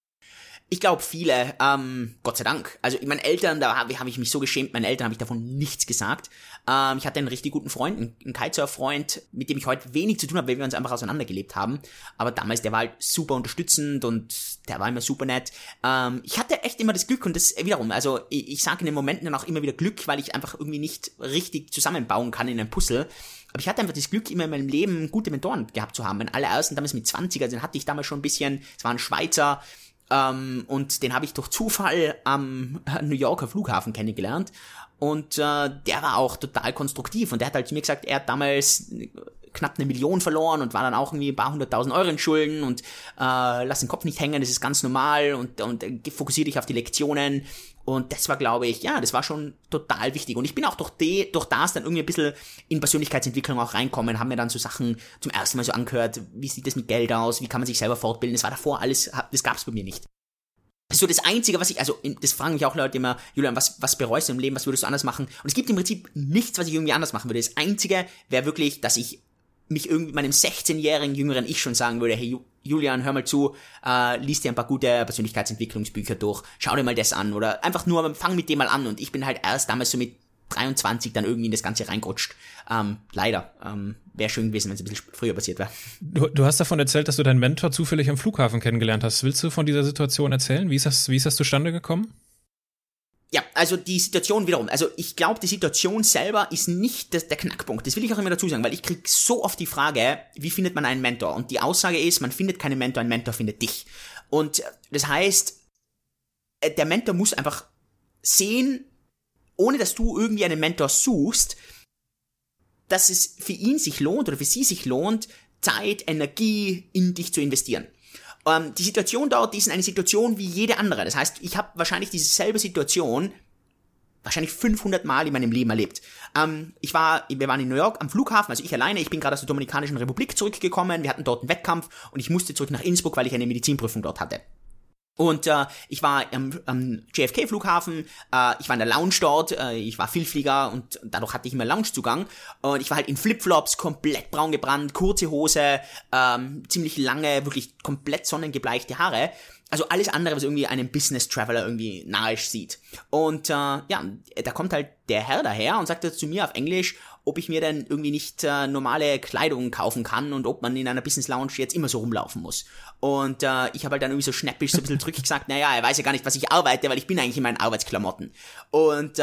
Ich glaube viele, Gott sei Dank. Also meinen Eltern, da habe ich mich so geschämt, meinen Eltern habe ich davon nichts gesagt. Ich hatte einen richtig guten Freund, einen Kitesurf-Freund, mit dem ich heute wenig zu tun habe, weil wir uns einfach auseinandergelebt haben. Aber damals, der war halt super unterstützend und der war immer super nett. Ich hatte echt immer das Glück und das wiederum, also ich sage in den Momenten dann auch immer wieder Glück, weil ich einfach irgendwie nicht richtig zusammenbauen kann in einem Puzzle. Aber ich hatte einfach das Glück, immer in meinem Leben gute Mentoren gehabt zu haben. Mein allerersten damals mit 20, also den hatte ich damals schon ein bisschen, es war ein Schweizer, und den habe ich durch Zufall am New Yorker Flughafen kennengelernt und der war auch total konstruktiv und der hat halt zu mir gesagt, er hat damals knapp 1 Million verloren und war dann auch irgendwie ein paar 100.000 Euro in Schulden und lass den Kopf nicht hängen, das ist ganz normal und fokussiere dich auf die Lektionen. Und das war, glaube ich, das war schon total wichtig. Und ich bin auch durch das dann irgendwie ein bisschen in Persönlichkeitsentwicklung auch reinkommen, haben mir dann so Sachen zum ersten Mal so angehört, wie sieht das mit Geld aus, wie kann man sich selber fortbilden, das war davor alles, das gab's bei mir nicht. So das Einzige, das fragen mich auch Leute immer, Julian, was bereust du im Leben, was würdest du anders machen? Und es gibt im Prinzip nichts, was ich irgendwie anders machen würde. Das Einzige wäre wirklich, dass ich mich irgendwie meinem 16-jährigen jüngeren Ich schon sagen würde, hey Julian, hör mal zu, lies dir ein paar gute Persönlichkeitsentwicklungsbücher durch, schau dir mal das an oder einfach nur, fang mit dem mal an und ich bin halt erst damals so mit 23 dann irgendwie in das Ganze reingerutscht. Leider. Wäre schön gewesen, wenn es ein bisschen früher passiert wäre. Du hast davon erzählt, dass du deinen Mentor zufällig am Flughafen kennengelernt hast. Willst du von dieser Situation erzählen? Wie ist das zustande gekommen? Ja, also die Situation wiederum, also ich glaube, die Situation selber ist nicht der Knackpunkt. Das will ich auch immer dazu sagen, weil ich kriege so oft die Frage, wie findet man einen Mentor? Und die Aussage ist, man findet keinen Mentor, ein Mentor findet dich. Und das heißt, der Mentor muss einfach sehen, ohne dass du irgendwie einen Mentor suchst, dass es für ihn sich lohnt oder für sie sich lohnt, Zeit, Energie in dich zu investieren. Die Situation dort, die ist eine Situation wie jede andere. Das heißt, ich habe wahrscheinlich dieselbe Situation wahrscheinlich 500 Mal in meinem Leben erlebt. Wir waren in New York am Flughafen, also ich alleine, ich bin gerade aus der Dominikanischen Republik zurückgekommen, wir hatten dort einen Wettkampf und ich musste zurück nach Innsbruck, weil ich eine Medizinprüfung dort hatte. Und ich war am JFK-Flughafen, ich war in der Lounge dort, ich war Vielflieger und dadurch hatte ich immer Loungezugang. Und ich war halt in Flipflops, komplett braun gebrannt, kurze Hose, ziemlich lange, wirklich komplett sonnengebleichte Haare. Also alles andere, was irgendwie einem Business-Traveler irgendwie nahe sieht. Und da kommt halt der Herr daher und sagt zu mir auf Englisch, ob ich mir denn irgendwie nicht normale Kleidung kaufen kann und ob man in einer Business-Lounge jetzt immer so rumlaufen muss. Und ich habe halt dann irgendwie so schnäppisch so ein bisschen drückig gesagt, naja, er weiß ja gar nicht, was ich arbeite, weil ich bin eigentlich in meinen Arbeitsklamotten. Und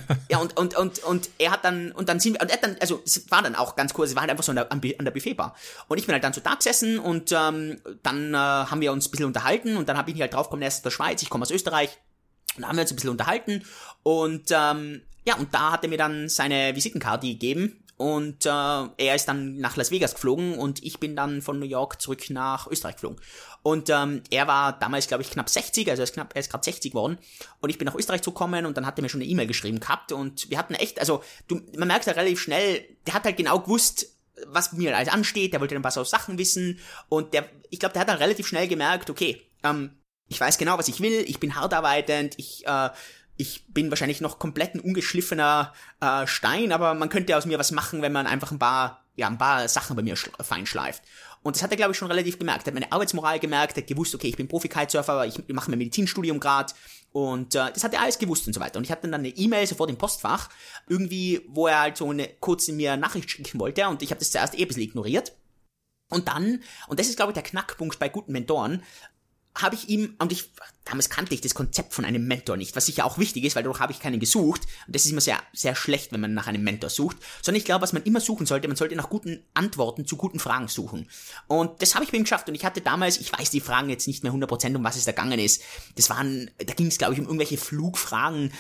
und er hat dann, also es war dann auch ganz kurz, es war halt einfach so an der Buffetbar. Und ich bin halt dann so da gesessen und dann haben wir uns ein bisschen unterhalten und dann habe ich mich halt draufgekommen, er ist aus der Schweiz, ich komme aus Österreich. Und da haben wir uns ein bisschen unterhalten und und da hat er mir dann seine Visitenkarte gegeben und er ist dann nach Las Vegas geflogen und ich bin dann von New York zurück nach Österreich geflogen. Und er war damals, glaube ich, knapp 60, also er ist gerade 60 geworden und ich bin nach Österreich gekommen und dann hat er mir schon eine E-Mail geschrieben gehabt und wir hatten echt, also man merkt ja relativ schnell, der hat halt genau gewusst, was mir alles ansteht, der wollte dann ein paar so Sachen wissen und ich glaube, der hat dann relativ schnell gemerkt, okay, ich weiß genau, was ich will, ich bin hart arbeitend, ich bin wahrscheinlich noch komplett ein ungeschliffener Stein, aber man könnte aus mir was machen, wenn man einfach ein paar Sachen bei mir feinschleift. Und das hat er, glaube ich, schon relativ gemerkt. Er hat meine Arbeitsmoral gemerkt, er hat gewusst, okay, ich bin Profi-Kitesurfer, ich mache mein Medizinstudium gerade. Und das hat er alles gewusst und so weiter. Und ich hatte dann eine E-Mail sofort im Postfach, irgendwie, wo er halt so kurz in mir Nachricht schicken wollte. Und ich habe das zuerst ein bisschen ignoriert. Und dann, und das ist, glaube ich, der Knackpunkt bei guten Mentoren, habe ich ihm, damals kannte ich das Konzept von einem Mentor nicht, was sicher auch wichtig ist, weil dadurch habe ich keinen gesucht. Und das ist immer sehr, sehr schlecht, wenn man nach einem Mentor sucht. Sondern ich glaube, was man immer suchen sollte, man sollte nach guten Antworten zu guten Fragen suchen. Und das habe ich bei ihm geschafft. Und ich hatte damals, ich weiß die Fragen jetzt nicht mehr 100%, um was es da gegangen ist. Da ging es, glaube ich, um irgendwelche Flugfragen,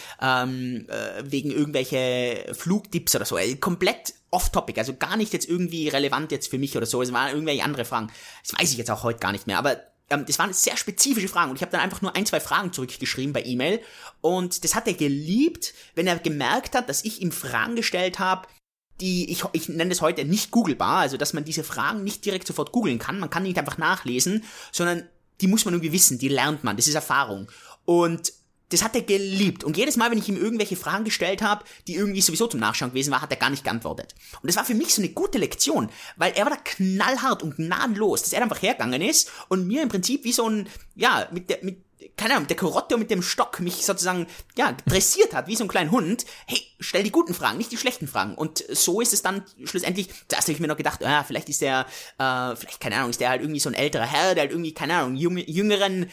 wegen irgendwelche Flugtipps oder so. Komplett off-topic, also gar nicht jetzt irgendwie relevant jetzt für mich oder so. Es waren irgendwelche andere Fragen. Das weiß ich jetzt auch heute gar nicht mehr, aber das waren sehr spezifische Fragen und ich habe dann einfach nur 1-2 Fragen zurückgeschrieben bei E-Mail und das hat er geliebt, wenn er gemerkt hat, dass ich ihm Fragen gestellt habe, die ich nenne das heute nicht googlebar, also dass man diese Fragen nicht direkt sofort googeln kann, man kann nicht einfach nachlesen, sondern die muss man irgendwie wissen, die lernt man, das ist Erfahrung. Und das hat er geliebt. Und jedes Mal, wenn ich ihm irgendwelche Fragen gestellt habe, die irgendwie sowieso zum Nachschauen gewesen war, hat er gar nicht geantwortet. Und das war für mich so eine gute Lektion, weil er war da knallhart und gnadenlos, dass er einfach hergegangen ist und mir im Prinzip wie so ein, ja, mit der Karotte und mit dem Stock mich sozusagen, ja, dressiert hat, wie so ein kleiner Hund. Hey, stell die guten Fragen, nicht die schlechten Fragen. Und so ist es dann schlussendlich, zuerst habe ich mir noch gedacht, vielleicht ist der, keine Ahnung, ist der halt irgendwie so ein älterer Herr, der halt irgendwie, keine Ahnung, jungen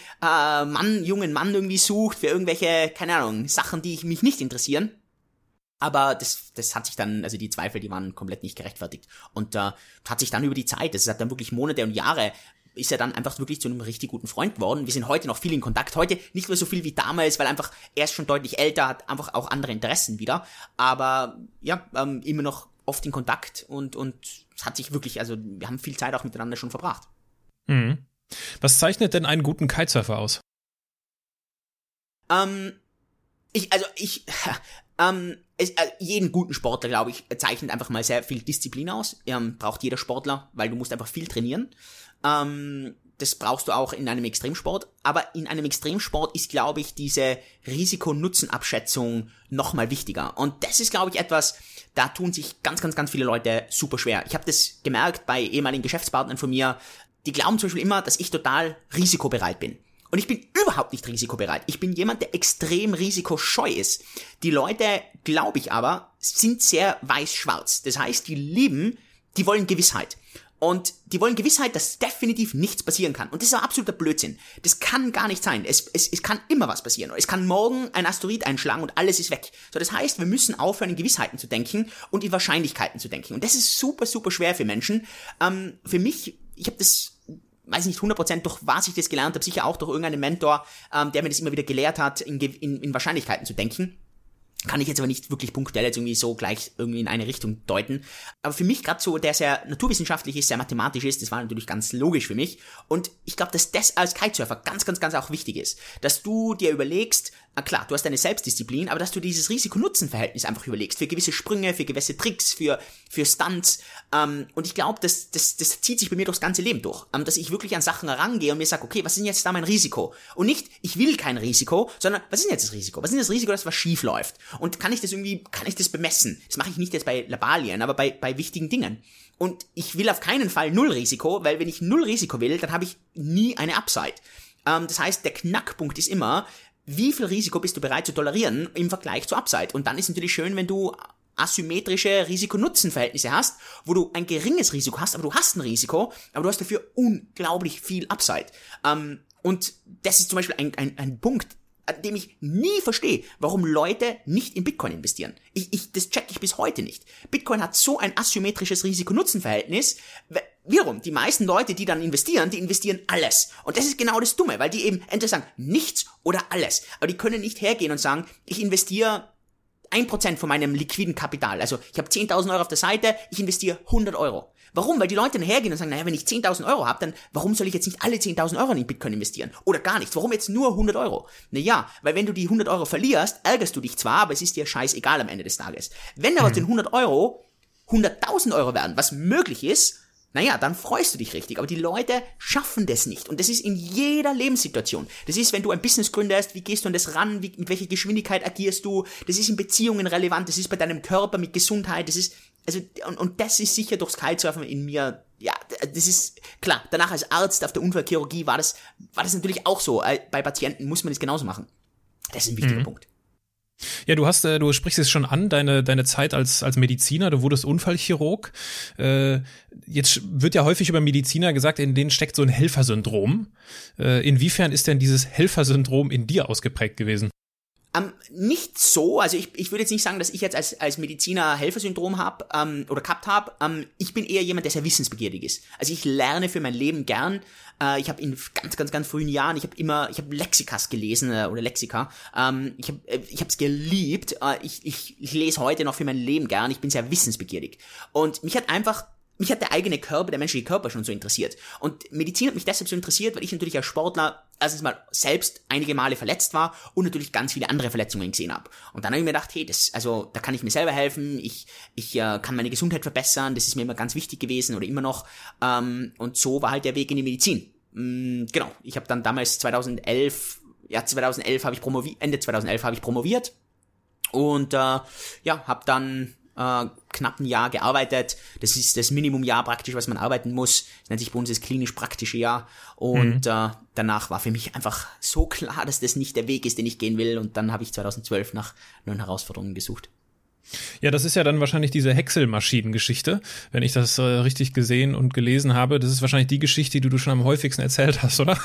Mann irgendwie sucht für irgendwelche, keine Ahnung, Sachen, die mich nicht interessieren. Aber das hat sich dann, also die Zweifel, die waren komplett nicht gerechtfertigt. Und hat sich dann über die Zeit, das hat dann wirklich Monate und Jahre, ist er dann einfach wirklich zu einem richtig guten Freund geworden. Wir sind heute noch viel in Kontakt. Heute nicht mehr so viel wie damals, weil einfach er ist schon deutlich älter, hat einfach auch andere Interessen wieder. Aber ja, immer noch oft in Kontakt und es hat sich wirklich, also wir haben viel Zeit auch miteinander schon verbracht. Mhm. Was zeichnet denn einen guten Kitesurfer aus? Jeden guten Sportler, glaube ich, zeichnet einfach mal sehr viel Disziplin aus. Braucht jeder Sportler, weil du musst einfach viel trainieren. Das brauchst du auch in einem Extremsport. Aber in einem Extremsport ist, glaube ich, diese Risiko-Nutzen-Abschätzung nochmal wichtiger. Und das ist, glaube ich, etwas, da tun sich ganz, ganz, ganz viele Leute super schwer. Ich habe das gemerkt bei ehemaligen Geschäftspartnern von mir. Die glauben zum Beispiel immer, dass ich total risikobereit bin. Und ich bin überhaupt nicht risikobereit. Ich bin jemand, der extrem risikoscheu ist. Die Leute, glaube ich aber, sind sehr weiß-schwarz. Das heißt, die wollen Gewissheit. Und die wollen Gewissheit, dass definitiv nichts passieren kann. Und das ist ein absoluter Blödsinn. Das kann gar nicht sein. Es kann immer was passieren. Es kann morgen ein Asteroid einschlagen und alles ist weg. So, das heißt, wir müssen aufhören, in Gewissheiten zu denken und in Wahrscheinlichkeiten zu denken. Und das ist super, super schwer für Menschen. Für mich, ich habe das, weiß nicht 100% durch was ich das gelernt habe, sicher auch durch irgendeinen Mentor, der mir das immer wieder gelehrt hat, in Wahrscheinlichkeiten zu denken. Kann ich jetzt aber nicht wirklich punktuell jetzt irgendwie so gleich irgendwie in eine Richtung deuten. Aber für mich gerade so, der sehr naturwissenschaftlich ist, sehr mathematisch ist, das war natürlich ganz logisch für mich. Und ich glaube, dass das als Kitesurfer ganz, ganz, ganz auch wichtig ist. Dass du dir überlegst, klar, du hast deine Selbstdisziplin, aber dass du dieses Risiko-Nutzen-Verhältnis einfach überlegst. Für gewisse Sprünge, für gewisse Tricks, für Stunts. Und ich glaube, das zieht sich bei mir durchs ganze Leben durch. Dass ich wirklich an Sachen herangehe und mir sage, okay, was ist denn jetzt da mein Risiko? Und nicht, ich will kein Risiko, sondern was ist denn jetzt das Risiko? Was ist denn das Risiko, dass was schief läuft? Und kann ich das bemessen? Das mache ich nicht jetzt bei Labalien, aber bei wichtigen Dingen. Und ich will auf keinen Fall null Risiko, weil wenn ich null Risiko will, dann habe ich nie eine Upside. Das heißt, der Knackpunkt ist immer, wie viel Risiko bist du bereit zu tolerieren im Vergleich zur Upside? Und dann ist natürlich schön, wenn du asymmetrische Risiko-Nutzen-Verhältnisse hast, wo du ein geringes Risiko hast, aber du hast ein Risiko, aber du hast dafür unglaublich viel Upside. Und das ist zum Beispiel ein Punkt, an dem ich nie verstehe, warum Leute nicht in Bitcoin investieren. Das check ich bis heute nicht. Bitcoin hat so ein asymmetrisches Risiko-Nutzen-Verhältnis. Wiederum, die meisten Leute, die dann investieren, die investieren alles. Und das ist genau das Dumme, weil die eben entweder sagen, nichts oder alles. Aber die können nicht hergehen und sagen, ich investiere 1% von meinem liquiden Kapital. Also ich habe 10.000 Euro auf der Seite, ich investiere 100 Euro. Warum? Weil die Leute dann hergehen und sagen, naja, wenn ich 10.000 Euro habe, dann warum soll ich jetzt nicht alle 10.000 Euro in Bitcoin investieren? Oder gar nichts. Warum jetzt nur 100 Euro? Naja, weil wenn du die 100 Euro verlierst, ärgerst du dich zwar, aber es ist dir scheißegal am Ende des Tages. Wenn aber aus den 100 Euro 100.000 Euro werden, was möglich ist, naja, dann freust du dich richtig. Aber die Leute schaffen das nicht. Und das ist in jeder Lebenssituation. Das ist, wenn du ein Business gründest, wie gehst du an das ran, mit welcher Geschwindigkeit agierst du? Das ist in Beziehungen relevant, das ist bei deinem Körper mit Gesundheit, das ist, also, und das ist sicher durchs Kitesurfen in mir ja, das ist klar, danach als Arzt auf der Unfallchirurgie war das natürlich auch so. Bei Patienten muss man das genauso machen. Das ist ein wichtiger Punkt. Ja, du sprichst es schon an, deine Zeit als Mediziner, du wurdest Unfallchirurg. Jetzt wird ja häufig über Mediziner gesagt, in denen steckt so ein Helfersyndrom. Inwiefern ist denn dieses Helfersyndrom in dir ausgeprägt gewesen? Nicht so, also ich würde jetzt nicht sagen, dass ich jetzt als Mediziner Helfersyndrom habe oder gehabt habe. Ich bin eher jemand, der sehr wissensbegierig ist. Also ich lerne für mein Leben gern. Ich habe in ganz frühen Jahren, ich habe Lexikas gelesen oder Lexika. Ich habe es geliebt. Ich lese heute noch für mein Leben gern. Ich bin sehr wissensbegierig. Und mich hat der eigene Körper, der menschliche Körper schon so interessiert. Und Medizin hat mich deshalb so interessiert, weil ich natürlich als Sportler erstens mal selbst einige Male verletzt war und natürlich ganz viele andere Verletzungen gesehen habe. Und dann habe ich mir gedacht, hey, da kann ich mir selber helfen, ich kann meine Gesundheit verbessern, das ist mir immer ganz wichtig gewesen oder immer noch. Und so war halt der Weg in die Medizin. Genau, ich habe dann damals 2011 habe ich promoviert, Ende 2011 habe ich promoviert und habe dann knapp ein Jahr gearbeitet. Das ist das Minimumjahr praktisch, was man arbeiten muss. Das nennt sich bei uns das klinisch-praktische Jahr. Und danach war für mich einfach so klar, dass das nicht der Weg ist, den ich gehen will. Und dann habe ich 2012 nach neuen Herausforderungen gesucht. Ja, das ist ja dann wahrscheinlich diese Häckselmaschinen-Geschichte, wenn ich das richtig gesehen und gelesen habe. Das ist wahrscheinlich die Geschichte, die du schon am häufigsten erzählt hast, oder?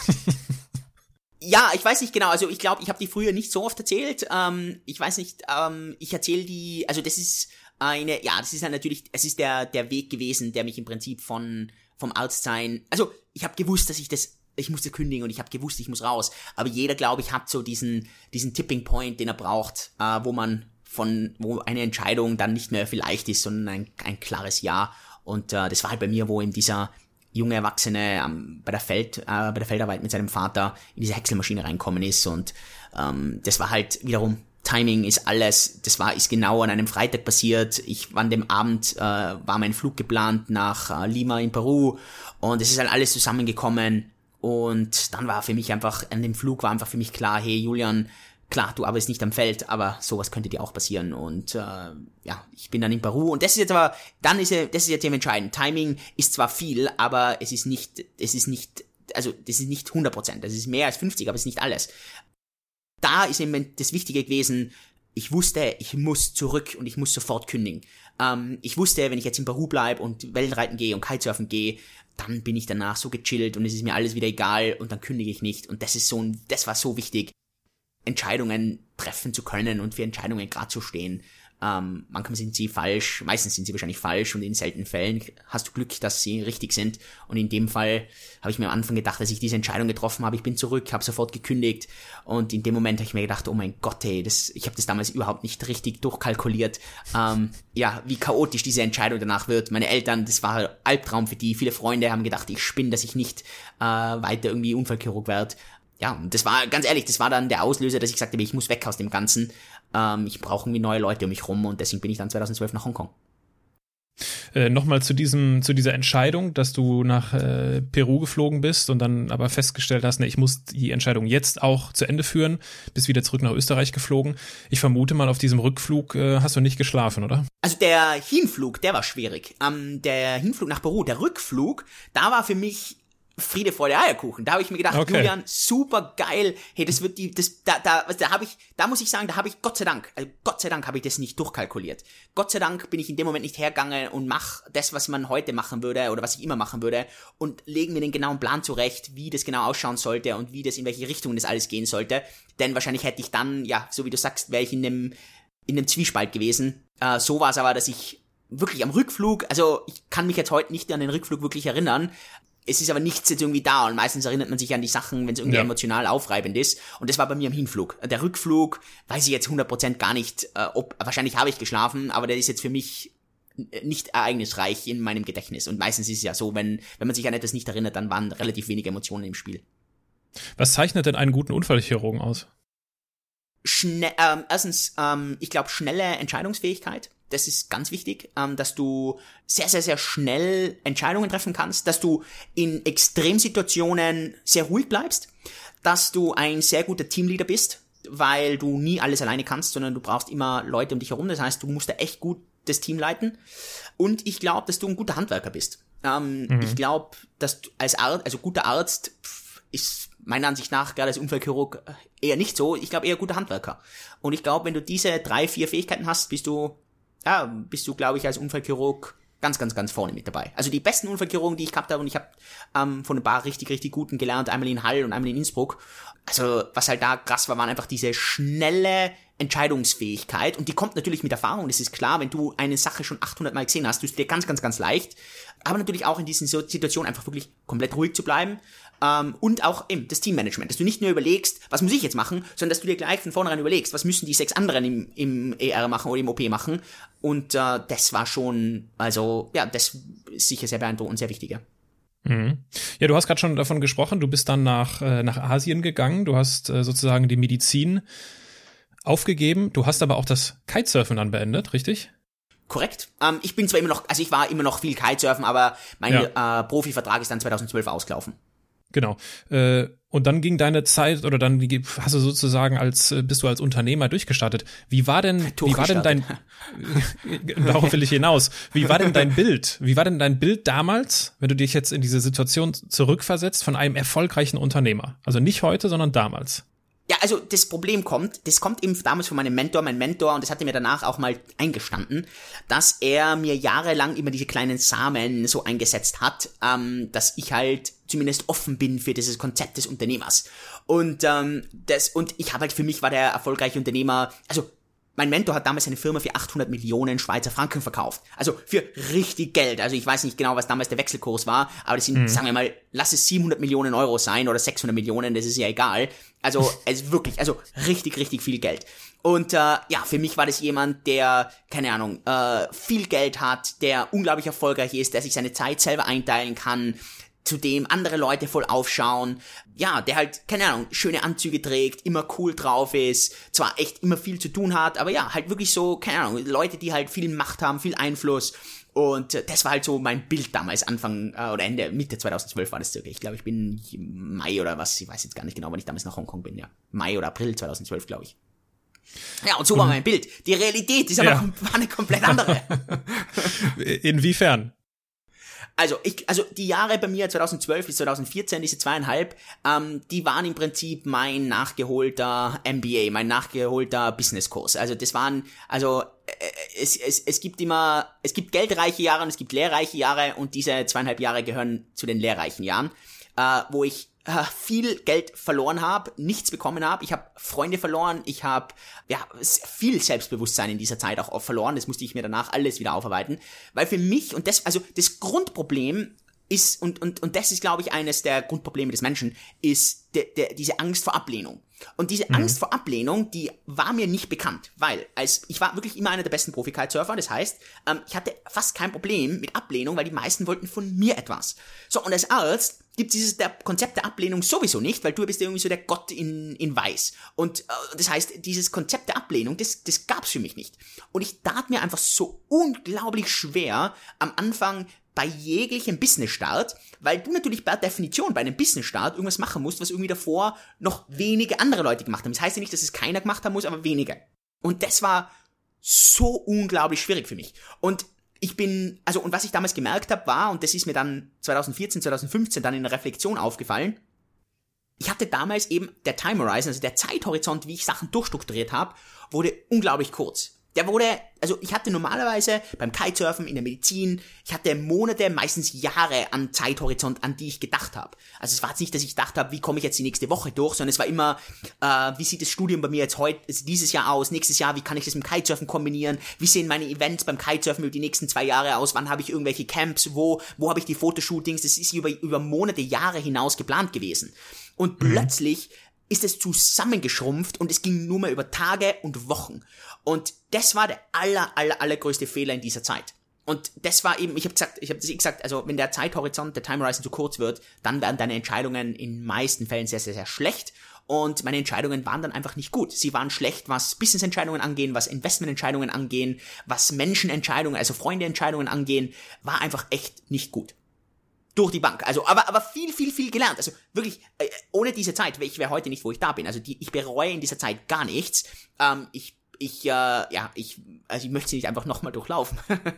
Ja, ich weiß nicht genau, also ich glaube, ich habe die früher nicht so oft erzählt. Ich weiß nicht, ich erzähle die, also das ist das ist halt natürlich, es ist der Weg gewesen, der mich im Prinzip vom Arzt sein, also ich habe gewusst, dass ich musste kündigen und ich habe gewusst, ich muss raus, aber jeder, glaube ich, hat so diesen Tipping Point, den er braucht, wo eine Entscheidung dann nicht mehr vielleicht ist, sondern ein klares Ja. Und das war halt bei mir, wo eben dieser junge Erwachsene bei der Feldarbeit mit seinem Vater in diese Häckselmaschine reinkommen ist und das war halt wiederum Timing ist alles, ist genau an einem Freitag passiert. An dem Abend war mein Flug geplant nach Lima in Peru und es ist halt alles zusammengekommen und dann war für mich einfach, an dem Flug war einfach für mich klar, hey Julian, klar, du arbeitest nicht am Feld, aber sowas könnte dir auch passieren und ich bin dann in Peru und das ist jetzt aber, das ist jetzt eben entscheidend. Timing ist zwar viel, aber das ist nicht 100%, das ist mehr als 50, aber es ist nicht alles. Da ist eben das Wichtige gewesen, ich wusste, ich muss zurück und ich muss sofort kündigen. Ich wusste, wenn ich jetzt in Peru bleibe und Wellenreiten gehe und Kitesurfen gehe, dann bin ich danach so gechillt und es ist mir alles wieder egal und dann kündige ich nicht. Und das war so wichtig, Entscheidungen treffen zu können und für Entscheidungen gerade zu stehen. Manchmal sind sie falsch, meistens sind sie wahrscheinlich falsch und in seltenen Fällen hast du Glück, dass sie richtig sind. Und in dem Fall habe ich mir am Anfang gedacht, dass ich diese Entscheidung getroffen habe, ich bin zurück, habe sofort gekündigt und in dem Moment habe ich mir gedacht, oh mein Gott, ey, ich habe das damals überhaupt nicht richtig durchkalkuliert, wie chaotisch diese Entscheidung danach wird. Meine Eltern, das war ein Albtraum für die, viele Freunde haben gedacht, ich spinne, dass ich nicht weiter irgendwie Unfallchirurg werde. Ja, und das war, ganz ehrlich, das war dann der Auslöser, dass ich gesagt habe, ich muss weg aus dem Ganzen. Ich brauche irgendwie neue Leute um mich rum und deswegen bin ich dann 2012 nach Hongkong. Nochmal zu dieser Entscheidung, dass du nach Peru geflogen bist und dann aber festgestellt hast, ich muss die Entscheidung jetzt auch zu Ende führen, bist wieder zurück nach Österreich geflogen. Ich vermute mal, auf diesem Rückflug hast du nicht geschlafen, oder? Also der Hinflug, der war schwierig. Der Hinflug nach Peru, der Rückflug, da war für mich Friede, Freude, Eierkuchen. Da habe ich mir gedacht, okay. Julian, super geil. Hey, das wird da muss ich sagen, da habe ich Gott sei Dank habe ich das nicht durchkalkuliert. Gott sei Dank bin ich in dem Moment nicht hergegangen und mach das, was man heute machen würde oder was ich immer machen würde und legen mir den genauen Plan zurecht, wie das genau ausschauen sollte und wie das, in welche Richtung das alles gehen sollte. Denn wahrscheinlich hätte ich dann, so wie du sagst, wäre ich in dem Zwiespalt gewesen. So war es aber, dass ich wirklich am Rückflug, also ich kann mich jetzt heute nicht an den Rückflug wirklich erinnern. Es ist aber nichts jetzt irgendwie da und meistens erinnert man sich an die Sachen, wenn es irgendwie emotional aufreibend ist. Und das war bei mir am Hinflug. Der Rückflug weiß ich jetzt 100% gar nicht, wahrscheinlich habe ich geschlafen, aber der ist jetzt für mich nicht ereignisreich in meinem Gedächtnis. Und meistens ist es ja so, wenn man sich an etwas nicht erinnert, dann waren relativ wenige Emotionen im Spiel. Was zeichnet denn einen guten Unfallchirurgen aus? Erstens, ich glaube, schnelle Entscheidungsfähigkeit. Das ist ganz wichtig, dass du sehr, sehr, sehr schnell Entscheidungen treffen kannst, dass du in Extremsituationen sehr ruhig bleibst, dass du ein sehr guter Teamleader bist, weil du nie alles alleine kannst, sondern du brauchst immer Leute um dich herum. Das heißt, du musst da echt gut das Team leiten. Und ich glaube, dass du ein guter Handwerker bist. Ich glaube, dass du als Arzt, also guter Arzt, ist meiner Ansicht nach, gerade als Unfallchirurg, eher nicht so. Ich glaube, eher guter Handwerker. Und ich glaube, wenn du diese 3-4 Fähigkeiten hast, bist du, glaube ich, als Unfallchirurg ganz, ganz, ganz vorne mit dabei. Also die besten Unfallchirurgen, die ich gehabt habe, und ich habe von ein paar richtig, richtig guten gelernt, einmal in Hall und einmal in Innsbruck. Also was halt da krass war, waren einfach diese schnelle Entscheidungsfähigkeit, und die kommt natürlich mit Erfahrung, das ist klar, wenn du eine Sache schon 800 Mal gesehen hast, tust du dir ganz, ganz, ganz leicht, aber natürlich auch in diesen Situationen einfach wirklich komplett ruhig zu bleiben, und auch eben das Teammanagement, dass du nicht nur überlegst, was muss ich jetzt machen, sondern dass du dir gleich von vornherein überlegst, was müssen die 6 anderen im ER machen oder im OP machen, und das war schon, also ja, das ist sicher sehr beeindruckend und sehr wichtig, ja. Mhm. Ja, du hast gerade schon davon gesprochen, du bist dann nach Asien gegangen, du hast sozusagen die Medizin aufgegeben, du hast aber auch das Kitesurfen dann beendet, richtig? Korrekt. Ich bin zwar immer noch, also ich war immer noch viel Kitesurfen, aber mein Profivertrag ist dann 2012 ausgelaufen. Genau. Und dann ging deine Zeit, oder dann hast du sozusagen bist du als Unternehmer durchgestartet. Wie war denn dein, darauf will ich hinaus, wie war denn dein Bild damals, wenn du dich jetzt in diese Situation zurückversetzt von einem erfolgreichen Unternehmer? Also nicht heute, sondern damals. Ja, also das Problem kommt eben damals von meinem Mentor, und das hat er mir danach auch mal eingestanden, dass er mir jahrelang immer diese kleinen Samen so eingesetzt hat, dass ich halt zumindest offen bin für dieses Konzept des Unternehmers. Und ich habe halt, für mich war der erfolgreiche Unternehmer, also mein Mentor hat damals eine Firma für 800 Millionen Schweizer Franken verkauft. Also für richtig Geld. Also ich weiß nicht genau, was damals der Wechselkurs war, aber das sind, sagen wir mal, lass es 700 Millionen Euro sein oder 600 Millionen, das ist ja egal. Also wirklich, also richtig, richtig viel Geld. Und für mich war das jemand, der, keine Ahnung, viel Geld hat, der unglaublich erfolgreich ist, der sich seine Zeit selber einteilen kann, zu dem andere Leute voll aufschauen, ja, der halt, keine Ahnung, schöne Anzüge trägt, immer cool drauf ist, zwar echt immer viel zu tun hat, aber ja, halt wirklich so, keine Ahnung, Leute, die halt viel Macht haben, viel Einfluss, und das war halt so mein Bild damals, Mitte 2012 war das circa, ich glaube, ich bin Mai oder was, ich weiß jetzt gar nicht genau, wann ich damals nach Hongkong bin, ja, Mai oder April 2012, glaube ich. Ja, und so war mein Bild. Die Realität ist aber war eine komplett andere. Inwiefern? Also die Jahre bei mir 2012 bis 2014, diese 2,5, die waren im Prinzip mein nachgeholter MBA, mein nachgeholter Businesskurs. Also das waren, es gibt geldreiche Jahre und es gibt lehrreiche Jahre, und diese 2,5 Jahre gehören zu den lehrreichen Jahren, wo ich viel Geld verloren habe, nichts bekommen habe, ich habe Freunde verloren, ich habe viel Selbstbewusstsein in dieser Zeit auch verloren, das musste ich mir danach alles wieder aufarbeiten, weil für mich, und das Grundproblem ist, und das ist, glaube ich, eines der Grundprobleme des Menschen, ist diese Angst vor Ablehnung. Und diese Angst vor Ablehnung, die war mir nicht bekannt, weil ich war wirklich immer einer der besten Profi-Kitesurfer, das heißt, ich hatte fast kein Problem mit Ablehnung, weil die meisten wollten von mir etwas. So, und als Arzt gibt es der Konzept der Ablehnung sowieso nicht, weil du bist ja irgendwie so der Gott in Weiß. Und das heißt, dieses Konzept der Ablehnung, das gab's für mich nicht. Und ich tat mir einfach so unglaublich schwer am Anfang bei jeglichem Business-Start, weil du natürlich per Definition bei einem Business-Start irgendwas machen musst, was irgendwie davor noch wenige andere Leute gemacht haben. Das heißt ja nicht, dass es keiner gemacht haben muss, aber wenige. Und das war so unglaublich schwierig für mich. Und und was ich damals gemerkt habe, war, und das ist mir dann 2014, 2015 dann in der Reflexion aufgefallen, ich hatte damals eben der Time Horizon, also der Zeithorizont, wie ich Sachen durchstrukturiert habe, wurde unglaublich kurz. Ich hatte normalerweise beim Kitesurfen, in der Medizin, ich hatte Monate, meistens Jahre an Zeithorizont, an die ich gedacht habe. Also es war jetzt nicht, dass ich gedacht habe, wie komme ich jetzt die nächste Woche durch, sondern es war immer, wie sieht das Studium bei mir jetzt dieses Jahr aus, nächstes Jahr, wie kann ich das mit dem Kitesurfen kombinieren, wie sehen meine Events beim Kitesurfen über die nächsten 2 Jahre aus, wann habe ich irgendwelche Camps, wo habe ich die Fotoshootings, das ist über Monate, Jahre hinaus geplant gewesen. Und plötzlich ist es zusammengeschrumpft und es ging nur mehr über Tage und Wochen. Und das war der allergrößte Fehler in dieser Zeit. Und das war eben, ich habe gesagt, also wenn der Zeithorizont, der Time Horizon zu kurz wird, dann werden deine Entscheidungen in meisten Fällen sehr, sehr, sehr schlecht. Und meine Entscheidungen waren dann einfach nicht gut. Sie waren schlecht, was Business-Entscheidungen angehen, was Investment-Entscheidungen angehen, was Menschenentscheidungen, also Freunde-Entscheidungen angehen, war einfach echt nicht gut. Durch die Bank. Also, aber viel gelernt. Also wirklich, ohne diese Zeit, ich wäre heute nicht, wo ich da bin. Also ich bereue in dieser Zeit gar nichts. ich möchte sie nicht einfach nochmal durchlaufen.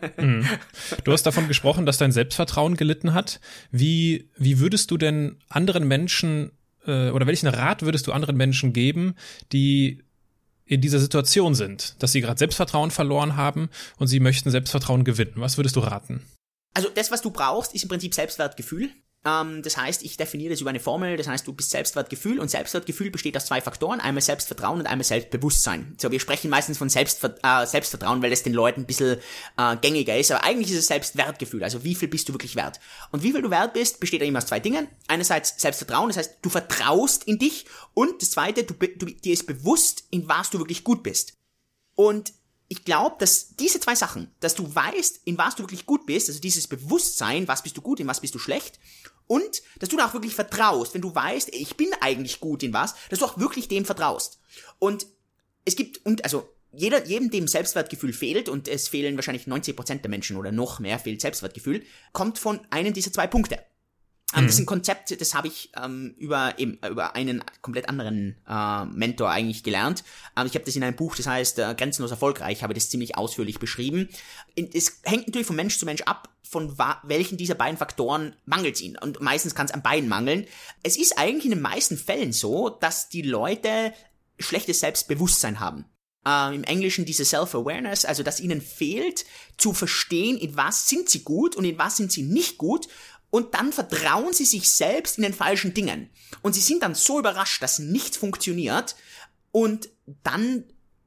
Du hast davon gesprochen, dass dein Selbstvertrauen gelitten hat. Wie würdest du denn anderen Menschen oder welchen Rat würdest du anderen Menschen geben, die in dieser Situation sind, dass sie gerade Selbstvertrauen verloren haben und sie möchten Selbstvertrauen gewinnen? Was würdest du raten? Also das, was du brauchst, ist im Prinzip Selbstwertgefühl. Das heißt, ich definiere das über eine Formel, das heißt, du bist Selbstwertgefühl und Selbstwertgefühl besteht aus 2 Faktoren, einmal Selbstvertrauen und einmal Selbstbewusstsein. So, wir sprechen meistens von Selbstvertrauen, weil das den Leuten ein bisschen gängiger ist, aber eigentlich ist es Selbstwertgefühl, also wie viel bist du wirklich wert? Und wie viel du wert bist, besteht eben aus 2 Dingen. Einerseits Selbstvertrauen, das heißt, du vertraust in dich und das Zweite, dir ist bewusst, in was du wirklich gut bist. Und ich glaube, dass diese 2 Sachen, dass du weißt, in was du wirklich gut bist, also dieses Bewusstsein, was bist du gut, in was bist du schlecht, und dass du da auch wirklich vertraust, wenn du weißt, ich bin eigentlich gut in was, dass du auch wirklich dem vertraust. Und es gibt, jedem dem Selbstwertgefühl fehlt, und es fehlen wahrscheinlich 90% der Menschen oder noch mehr fehlt Selbstwertgefühl, kommt von einem dieser 2 Punkte. Das ist ein Konzept, das habe ich über einen komplett anderen Mentor eigentlich gelernt. Ich habe das in einem Buch, das heißt Grenzenlos erfolgreich, habe das ziemlich ausführlich beschrieben. Es hängt natürlich von Mensch zu Mensch ab, von welchen dieser beiden Faktoren mangelt es ihnen. Und meistens kann es an beiden mangeln. Es ist eigentlich in den meisten Fällen so, dass die Leute schlechtes Selbstbewusstsein haben. Im Englischen diese Self-Awareness, also dass ihnen fehlt, zu verstehen, in was sind sie gut und in was sind sie nicht gut. Und dann vertrauen sie sich selbst in den falschen Dingen. Und sie sind dann so überrascht, dass nichts funktioniert. Und dann,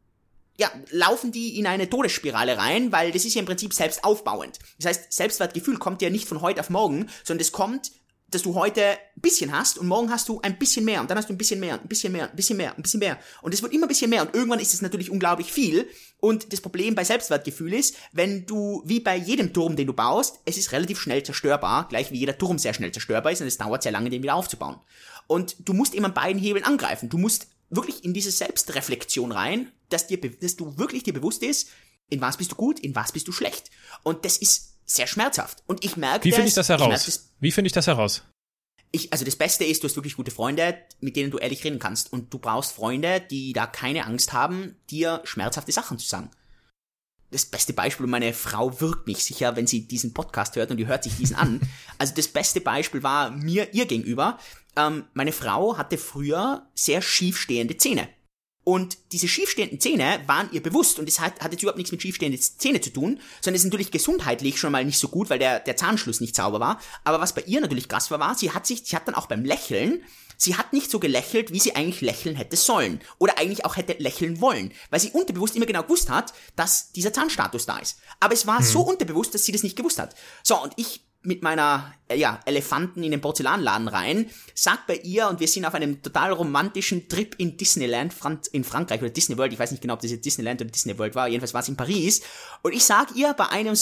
laufen die in eine Todesspirale rein, weil das ist ja im Prinzip selbst aufbauend. Das heißt, Selbstwertgefühl kommt ja nicht von heute auf morgen, sondern es kommt, dass du heute ein bisschen hast und morgen hast du ein bisschen mehr und dann hast du ein bisschen mehr, ein bisschen mehr, ein bisschen mehr, ein bisschen mehr. Und es wird immer ein bisschen mehr und irgendwann ist es natürlich unglaublich viel. Und das Problem bei Selbstwertgefühl ist, wenn du, wie bei jedem Turm, den du baust, es ist relativ schnell zerstörbar, gleich wie jeder Turm sehr schnell zerstörbar ist und es dauert sehr lange, den wieder aufzubauen. Und du musst eben an beiden Hebeln angreifen. Du musst wirklich in diese Selbstreflexion rein, dass du wirklich dir bewusst ist, in was bist du gut, in was bist du schlecht. Und das ist sehr schmerzhaft. Und ich merke Wie finde ich das heraus? Wie finde ich das heraus? Also das Beste ist, du hast wirklich gute Freunde, mit denen du ehrlich reden kannst. Und du brauchst Freunde, die da keine Angst haben, dir schmerzhafte Sachen zu sagen. Das beste Beispiel, meine Frau wirkt mich sicher, wenn sie diesen Podcast hört und die hört sich diesen an. Also das beste Beispiel war ihr gegenüber. Meine Frau hatte früher sehr schiefstehende Zähne. Und diese schiefstehenden Zähne waren ihr bewusst und es hat jetzt überhaupt nichts mit schiefstehenden Zähnen zu tun, sondern es ist natürlich gesundheitlich schon mal nicht so gut, weil der Zahnschluss nicht sauber war. Aber was bei ihr natürlich krass war, sie hat dann auch beim Lächeln, sie hat nicht so gelächelt, wie sie eigentlich lächeln hätte sollen. Oder eigentlich auch hätte lächeln wollen. Weil sie unterbewusst immer genau gewusst hat, dass dieser Zahnstatus da ist. Aber es war so unterbewusst, dass sie das nicht gewusst hat. So, und ich mit meiner, Elefanten in den Porzellanladen rein, sag bei ihr, und wir sind auf einem total romantischen Trip in Disneyland in Frankreich, oder Disney World, ich weiß nicht genau, ob das jetzt Disneyland oder Disney World war, jedenfalls war es in Paris, und ich sag ihr bei einer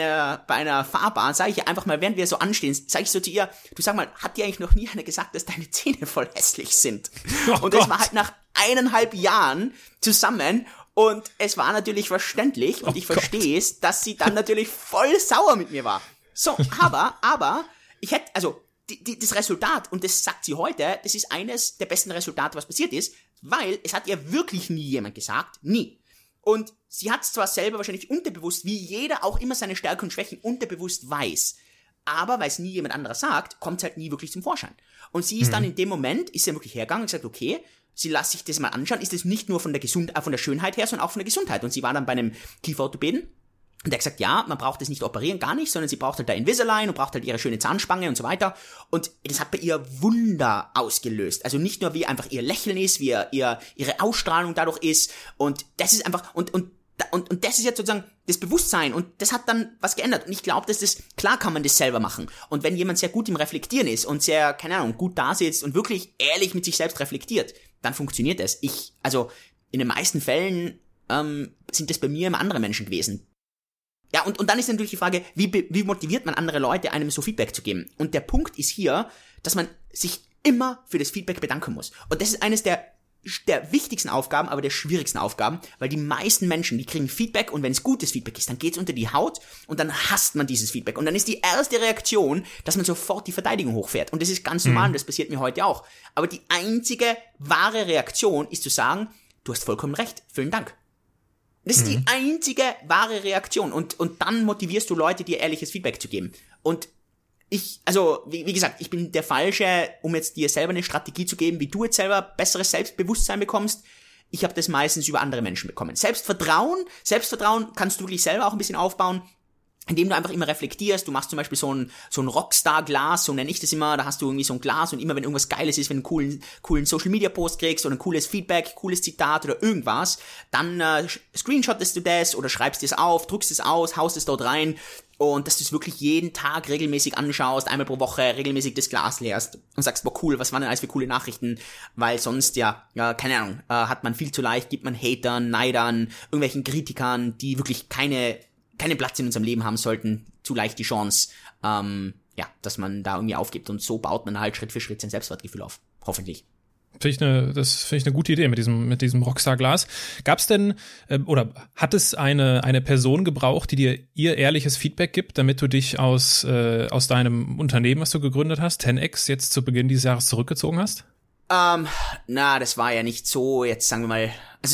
Fahrbahn, sage ich ihr einfach mal, während wir so anstehen, sage ich so zu ihr, du sag mal, hat dir eigentlich noch nie einer gesagt, dass deine Zähne voll hässlich sind? Oh und das war halt nach 1,5 Jahren zusammen, und es war natürlich verständlich, und ich verstehe es, dass sie dann natürlich voll sauer mit mir war. So, aber, ich hätte, das Resultat, und das sagt sie heute, das ist eines der besten Resultate, was passiert ist, weil es hat ihr wirklich nie jemand gesagt, nie. Und sie hat es zwar selber wahrscheinlich unterbewusst, wie jeder auch immer seine Stärken und Schwächen unterbewusst weiß, aber weil es nie jemand anderer sagt, kommt es halt nie wirklich zum Vorschein. Und sie ist dann in dem Moment, ist sie wirklich hergegangen und gesagt, okay, sie lässt sich das mal anschauen, ist es nicht nur von der Schönheit her, sondern auch von der Gesundheit. Und sie war dann bei einem Kieferorthopäden. Und der hat gesagt, ja, man braucht das nicht operieren, gar nicht, sondern sie braucht halt da Invisalign und braucht halt ihre schöne Zahnspange und so weiter. Und das hat bei ihr Wunder ausgelöst. Also nicht nur, wie einfach ihr Lächeln ist, wie ihre Ausstrahlung dadurch ist. Und das ist einfach, und das ist jetzt sozusagen das Bewusstsein. Und das hat dann was geändert. Und ich glaube, klar kann man das selber machen. Und wenn jemand sehr gut im Reflektieren ist und sehr, keine Ahnung, gut da sitzt und wirklich ehrlich mit sich selbst reflektiert, dann funktioniert das. In den meisten Fällen, sind das bei mir immer andere Menschen gewesen. Ja, und dann ist natürlich die Frage, wie motiviert man andere Leute, einem so Feedback zu geben? Und der Punkt ist hier, dass man sich immer für das Feedback bedanken muss. Und das ist eines der wichtigsten Aufgaben, aber der schwierigsten Aufgaben, weil die meisten Menschen, die kriegen Feedback und wenn es gutes Feedback ist, dann geht's unter die Haut und dann hasst man dieses Feedback. Und dann ist die erste Reaktion, dass man sofort die Verteidigung hochfährt. Und das ist ganz normal und das passiert mir heute auch. Aber die einzige wahre Reaktion ist zu sagen, du hast vollkommen recht, vielen Dank. Das ist die einzige wahre Reaktion. Und dann motivierst du Leute, dir ehrliches Feedback zu geben. Und wie gesagt, ich bin der Falsche, um jetzt dir selber eine Strategie zu geben, wie du jetzt selber besseres Selbstbewusstsein bekommst. Ich habe das meistens über andere Menschen bekommen. Selbstvertrauen kannst du wirklich selber auch ein bisschen aufbauen, indem du einfach immer reflektierst. Du machst zum Beispiel so ein Rockstar-Glas, so nenne ich das immer, da hast du irgendwie so ein Glas und immer wenn irgendwas Geiles ist, wenn du einen coolen Social-Media-Post kriegst oder ein cooles Feedback, cooles Zitat oder irgendwas, dann screenshottest du das oder schreibst es auf, druckst es aus, haust es dort rein und dass du es wirklich jeden Tag regelmäßig anschaust, einmal pro Woche regelmäßig das Glas leerst und sagst, boah cool, was waren denn alles für coole Nachrichten, weil sonst keine Ahnung, hat man viel zu leicht, gibt man Hatern, Neidern, irgendwelchen Kritikern, die wirklich keinen Platz in unserem Leben haben sollten, zu leicht die Chance, dass man da irgendwie aufgibt. Und so baut man halt Schritt für Schritt sein Selbstwertgefühl auf. Hoffentlich. Das finde ich eine gute Idee mit diesem Rockstar-Glas. Gab's denn, oder hat es eine Person gebraucht, die dir ihr ehrliches Feedback gibt, damit du dich aus deinem Unternehmen, was du gegründet hast, 10x, jetzt zu Beginn dieses Jahres zurückgezogen hast? Das war ja nicht so, jetzt sagen wir mal,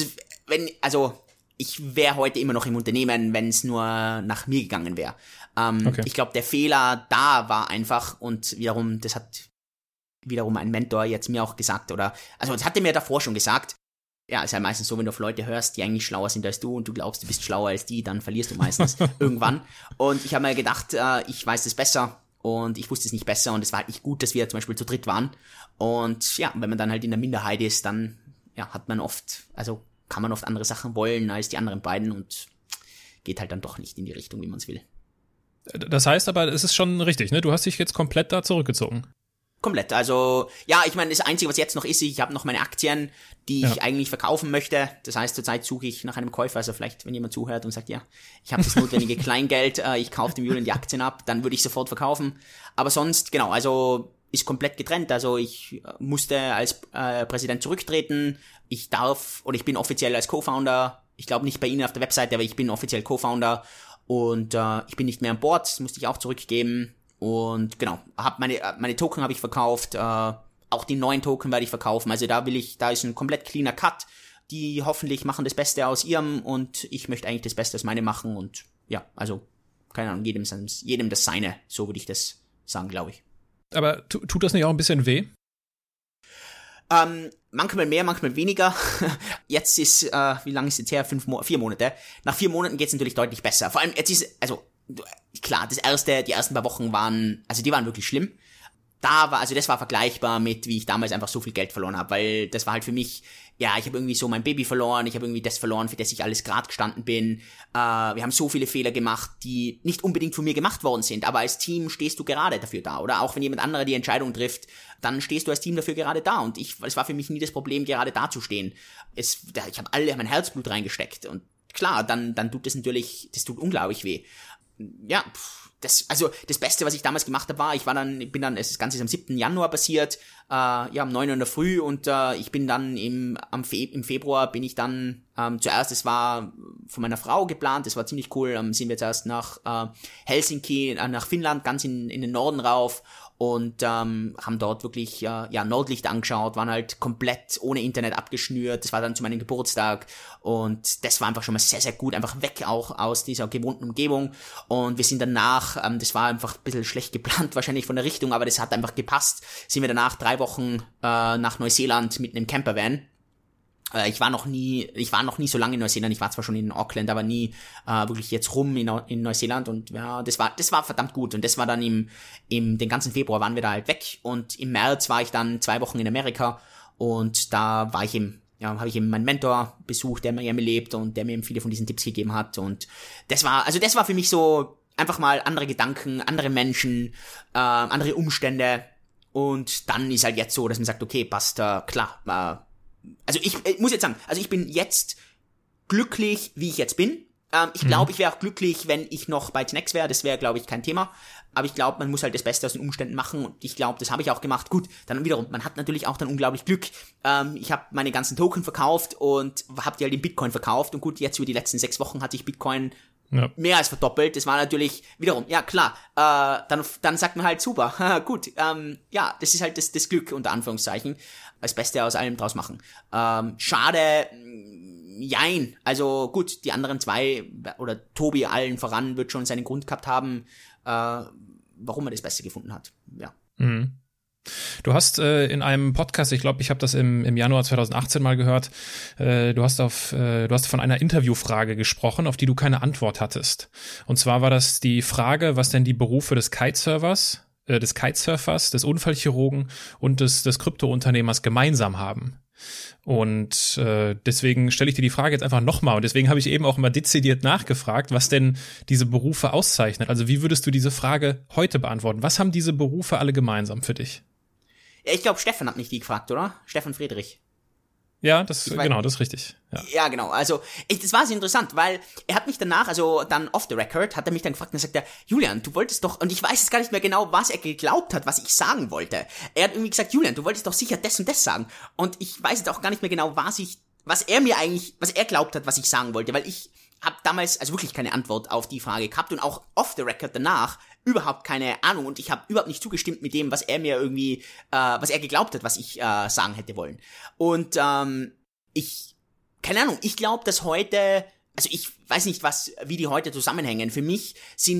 ich wäre heute immer noch im Unternehmen, wenn es nur nach mir gegangen wäre. Okay. Ich glaube, der Fehler da war einfach und das hat wiederum ein Mentor jetzt mir auch gesagt das hat er mir davor schon gesagt. Ja, ist ja meistens so, wenn du auf Leute hörst, die eigentlich schlauer sind als du und du glaubst, du bist schlauer als die, dann verlierst du meistens irgendwann. Und ich habe mir gedacht, ich weiß es besser und ich wusste es nicht besser und es war halt nicht gut, dass wir zum Beispiel zu dritt waren. Und ja, wenn man dann halt in der Minderheit ist, dann kann man oft andere Sachen wollen als die anderen beiden und geht halt dann doch nicht in die Richtung, wie man es will. Das heißt aber, es ist schon richtig, ne? Du hast dich jetzt komplett da zurückgezogen. Komplett, also, ja, ich meine, das Einzige, was jetzt noch ist, ich habe noch meine Aktien, die ich eigentlich verkaufen möchte. Das heißt, zurzeit suche ich nach einem Käufer, also vielleicht, wenn jemand zuhört und sagt, ja, ich habe das notwendige Kleingeld, ich kaufe dem Julian die Aktien ab, dann würde ich sofort verkaufen. Aber sonst, genau, also ist komplett getrennt, also ich musste als Präsident zurücktreten, ich bin offiziell als Co-Founder, ich glaube nicht bei Ihnen auf der Webseite, aber ich bin offiziell Co-Founder und ich bin nicht mehr an Bord, das musste ich auch zurückgeben und genau, meine Token habe ich verkauft, auch die neuen Token werde ich verkaufen, also da ist ein komplett cleaner Cut, die hoffentlich machen das Beste aus ihrem und ich möchte eigentlich das Beste aus meinem machen und ja, also keine Ahnung, jedem das Seine, so würde ich das sagen, glaube ich. Aber tut das nicht auch ein bisschen weh? Manchmal mehr, manchmal weniger. Jetzt ist, wie lange ist jetzt her? 4 Monate. Nach 4 Monaten geht's natürlich deutlich besser. Vor allem, jetzt ist, klar, die ersten paar Wochen die waren wirklich schlimm. Das war vergleichbar mit, wie ich damals einfach so viel Geld verloren habe, weil das war halt für mich, ja, ich habe irgendwie so mein Baby verloren, ich habe irgendwie das verloren, für das ich alles gerade gestanden bin. Wir haben so viele Fehler gemacht, die nicht unbedingt von mir gemacht worden sind, aber als Team stehst du gerade dafür da, oder auch wenn jemand anderer die Entscheidung trifft, dann stehst du als Team dafür gerade da und es war für mich nie das Problem, gerade da zu stehen. Ich habe mein Herzblut reingesteckt und klar, dann tut das natürlich, das tut unglaublich weh. Ja, das Beste, was ich damals gemacht habe, war, das Ganze ist am 7. Januar passiert, um 9 Uhr in der Früh und ich bin dann im Februar bin ich dann, zuerst, es war von meiner Frau geplant, das war ziemlich cool, sind wir zuerst nach Helsinki, nach Finnland, ganz in den Norden rauf und haben dort wirklich Nordlicht angeschaut, waren halt komplett ohne Internet abgeschnürt, das war dann zu meinem Geburtstag und das war einfach schon mal sehr, sehr gut, einfach weg auch aus dieser gewohnten Umgebung und wir sind danach, das war einfach ein bisschen schlecht geplant wahrscheinlich von der Richtung, aber das hat einfach gepasst, sind wir danach 3 Wochen nach Neuseeland mit einem Campervan. Ich war noch nie so lange in Neuseeland, ich war zwar schon in Auckland, aber nie wirklich jetzt rum in Neuseeland und ja, das war verdammt gut und das war dann den ganzen Februar waren wir da halt weg und im März war ich dann 2 Wochen in Amerika und da war ich habe ich eben meinen Mentor besucht, der mir lebt und der mir eben viele von diesen Tipps gegeben hat und das war für mich so einfach mal andere Gedanken, andere Menschen, andere Umstände und dann ist halt jetzt so, dass man sagt, okay, passt, klar, ich muss jetzt sagen, ich bin jetzt glücklich, wie ich jetzt bin. Ich glaube, ich wäre auch glücklich, wenn ich noch bei 10x wäre. Das wäre, glaube ich, kein Thema. Aber ich glaube, man muss halt das Beste aus den Umständen machen. Und ich glaube, das habe ich auch gemacht. Gut, dann wiederum, man hat natürlich auch dann unglaublich Glück. Ich habe meine ganzen Token verkauft und habe die halt in Bitcoin verkauft. Und gut, jetzt über die letzten 6 Wochen hatte ich Bitcoin mehr als verdoppelt. Das war natürlich wiederum, ja klar, dann sagt man halt super, gut, das ist halt das Glück unter Anführungszeichen. das Beste aus allem draus machen. Schade, jein. Also gut, die anderen zwei, oder Tobi allen voran, wird schon seinen Grund gehabt haben, warum er das Beste gefunden hat. Ja. Mhm. Du hast in einem Podcast, ich glaube, ich habe das im Januar 2018 mal gehört, du hast von einer Interviewfrage gesprochen, auf die du keine Antwort hattest. Und zwar war das die Frage, was denn die Berufe des Kitesurfers, des Unfallchirurgen und des Kryptounternehmers gemeinsam haben. Und deswegen stelle ich dir die Frage jetzt einfach nochmal. Und deswegen habe ich eben auch immer dezidiert nachgefragt, was denn diese Berufe auszeichnet. Also wie würdest du diese Frage heute beantworten? Was haben diese Berufe alle gemeinsam für dich? Ja, ich glaube, Stefan hat mich die gefragt, oder? Stefan Friedrich. Ja, das ist richtig. Ja, genau. Also, das war sehr interessant, weil er hat mich danach, also dann off the record, hat er mich dann gefragt und sagt er, Julian, du wolltest doch, und ich weiß jetzt gar nicht mehr genau, was er geglaubt hat, was ich sagen wollte. Er hat irgendwie gesagt, Julian, du wolltest doch sicher das und das sagen. Und ich weiß jetzt auch gar nicht mehr genau, was er glaubt hat, was ich sagen wollte, weil ich habe damals also wirklich keine Antwort auf die Frage gehabt und auch off the record danach überhaupt keine Ahnung und ich habe überhaupt nicht zugestimmt mit dem, was er mir irgendwie, was er geglaubt hat, was ich sagen hätte wollen. Und keine Ahnung, ich glaube, dass heute, also ich weiß nicht, wie die heute zusammenhängen. Für mich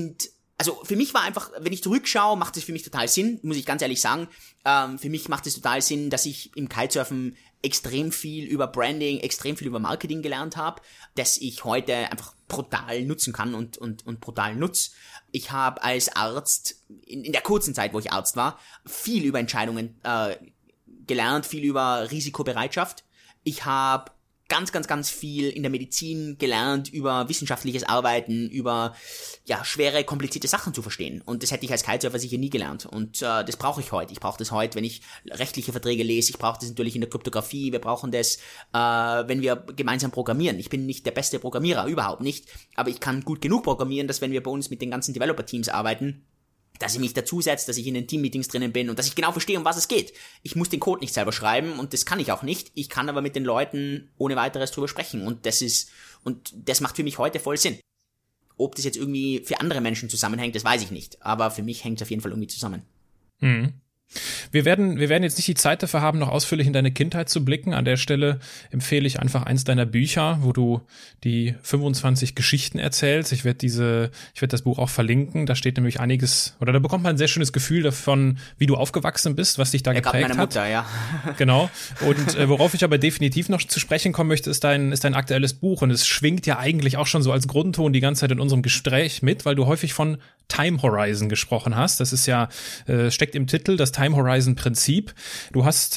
war einfach, wenn ich zurückschaue, macht es für mich total Sinn, muss ich ganz ehrlich sagen. Für mich macht es total Sinn, dass ich im Kitesurfen extrem viel über Branding, extrem viel über Marketing gelernt habe, das ich heute einfach brutal nutzen kann und brutal nutze. Ich habe als Arzt, in der kurzen Zeit, wo ich Arzt war, viel über Entscheidungen gelernt, viel über Risikobereitschaft. Ich habe ganz viel in der Medizin gelernt über wissenschaftliches Arbeiten, über schwere, komplizierte Sachen zu verstehen. Und das hätte ich als Kitesurfer sicher nie gelernt. Und das brauche ich heute. Ich brauche das heute, wenn ich rechtliche Verträge lese. Ich brauche das natürlich in der Kryptographie. Wir brauchen das, wenn wir gemeinsam programmieren. Ich bin nicht der beste Programmierer, überhaupt nicht. Aber ich kann gut genug programmieren, dass wenn wir bei uns mit den ganzen Developer-Teams arbeiten, dass ich mich dazusetze, dass ich in den Team-Meetings drinnen bin und dass ich genau verstehe, um was es geht. Ich muss den Code nicht selber schreiben und das kann ich auch nicht. Ich kann aber mit den Leuten ohne weiteres drüber sprechen und das macht für mich heute voll Sinn. Ob das jetzt irgendwie für andere Menschen zusammenhängt, das weiß ich nicht. Aber für mich hängt es auf jeden Fall irgendwie zusammen. Mhm. Wir werden jetzt nicht die Zeit dafür haben, noch ausführlich in deine Kindheit zu blicken. An der Stelle empfehle ich einfach eins deiner Bücher, wo du die 25 Geschichten erzählst. Ich werde das Buch auch verlinken. Da steht nämlich einiges, oder da bekommt man ein sehr schönes Gefühl davon, wie du aufgewachsen bist, was dich da geprägt hat. Meine Mutter, ja. Genau. Und worauf ich aber definitiv noch zu sprechen kommen möchte, ist dein aktuelles Buch. Und es schwingt ja eigentlich auch schon so als Grundton die ganze Zeit in unserem Gespräch mit, weil du häufig von Time Horizon gesprochen hast. Das ist ja, steckt im Titel, das Time Horizon Prinzip. Du hast,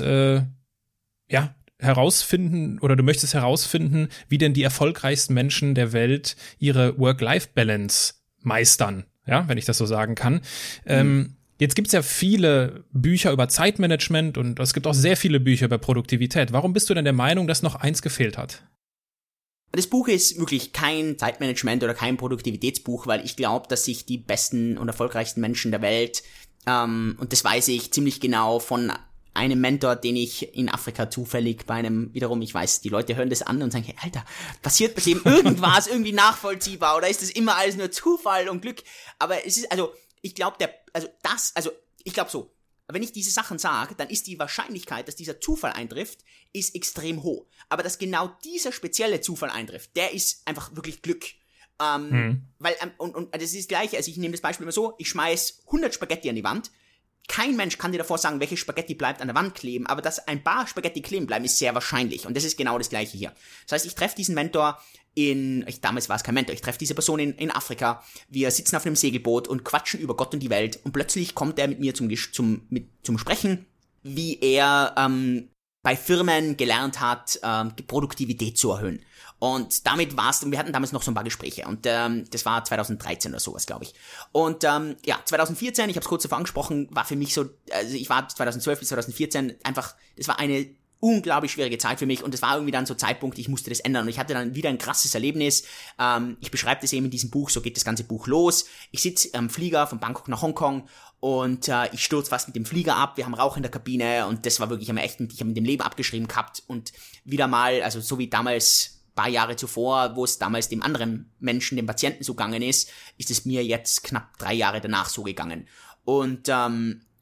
herausfinden oder du möchtest herausfinden, wie denn die erfolgreichsten Menschen der Welt ihre Work-Life-Balance meistern. Ja, wenn ich das so sagen kann. Jetzt gibt's ja viele Bücher über Zeitmanagement und es gibt auch sehr viele Bücher über Produktivität. Warum bist du denn der Meinung, dass noch eins gefehlt hat? Das Buch ist wirklich kein Zeitmanagement oder kein Produktivitätsbuch, weil ich glaube, dass sich die besten und erfolgreichsten Menschen der Welt, und das weiß ich ziemlich genau von einem Mentor, den ich in Afrika zufällig bei einem, wiederum, ich weiß, die Leute hören das an und sagen, hey, Alter, passiert bei dem irgendwas irgendwie nachvollziehbar oder ist das immer alles nur Zufall und Glück? Aber es ist, ich glaube so, wenn ich diese Sachen sage, dann ist die Wahrscheinlichkeit, dass dieser Zufall eintrifft, ist extrem hoch. Aber dass genau dieser spezielle Zufall eintrifft, der ist einfach wirklich Glück. Weil, und das ist das Gleiche, also ich nehme das Beispiel immer so, ich schmeiß 100 Spaghetti an die Wand, kein Mensch kann dir davor sagen, welche Spaghetti bleibt an der Wand kleben, aber dass ein paar Spaghetti kleben bleiben, ist sehr wahrscheinlich. Und das ist genau das Gleiche hier. Das heißt, ich treffe diesen Mentor damals war es kein Mentor, ich treffe diese Person in Afrika, wir sitzen auf einem Segelboot und quatschen über Gott und die Welt und plötzlich kommt er mit mir zum Sprechen, wie er bei Firmen gelernt hat, die Produktivität zu erhöhen. Und damit war's, wir hatten damals noch so ein paar Gespräche und das war 2013 oder sowas, glaube ich. Und 2014, ich habe es kurz davor angesprochen, war für mich so, also ich war 2012 bis 2014 einfach, das war eine unglaublich schwierige Zeit für mich und das war irgendwie dann so Zeitpunkt, ich musste das ändern und ich hatte dann wieder ein krasses Erlebnis. Ich beschreibe das eben in diesem Buch, so geht das ganze Buch los. Ich sitze am Flieger von Bangkok nach Hongkong und ich stürze fast mit dem Flieger ab, wir haben Rauch in der Kabine und das war wirklich ich habe mit dem Leben abgeschrieben gehabt und wieder mal, also so wie damals paar Jahre zuvor, wo es damals dem anderen Menschen, dem Patienten so gegangen ist es mir jetzt knapp 3 Jahre danach so gegangen. Und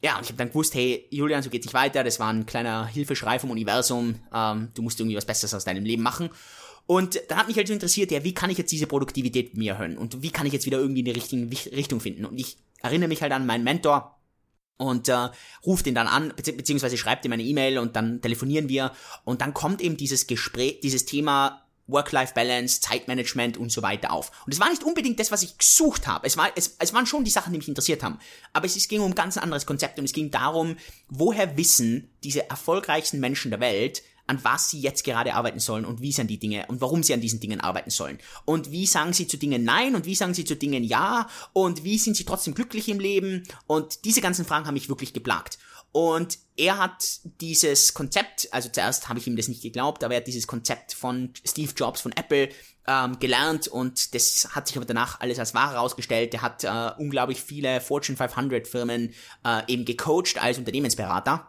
ja, und ich habe dann gewusst, hey, Julian, so geht's nicht weiter, das war ein kleiner Hilfeschrei vom Universum, du musst irgendwie was Besseres aus deinem Leben machen. Und dann hat mich halt so interessiert, ja, wie kann ich jetzt diese Produktivität mir erhöhen und wie kann ich jetzt wieder irgendwie in die richtige Richtung finden? Und ich erinnere mich halt an meinen Mentor und ruft ihn dann an, beziehungsweise schreibt ihm eine E-Mail und dann telefonieren wir und dann kommt eben dieses Gespräch, dieses Thema Work-Life-Balance, Zeitmanagement und so weiter auf. Und es war nicht unbedingt das, was ich gesucht habe. Es waren schon die Sachen, die mich interessiert haben. Aber es ging um ein ganz anderes Konzept und es ging darum, woher wissen diese erfolgreichsten Menschen der Welt, an was sie jetzt gerade arbeiten sollen und wie sie an die Dinge und warum sie an diesen Dingen arbeiten sollen. Und wie sagen sie zu Dingen Nein und wie sagen sie zu Dingen Ja und wie sind sie trotzdem glücklich im Leben? Und diese ganzen Fragen haben mich wirklich geplagt. Und er hat dieses Konzept, also zuerst habe ich ihm das nicht geglaubt, aber er hat dieses Konzept von Steve Jobs von Apple gelernt und das hat sich aber danach alles als wahr herausgestellt. Er hat unglaublich viele Fortune 500 Firmen eben gecoacht als Unternehmensberater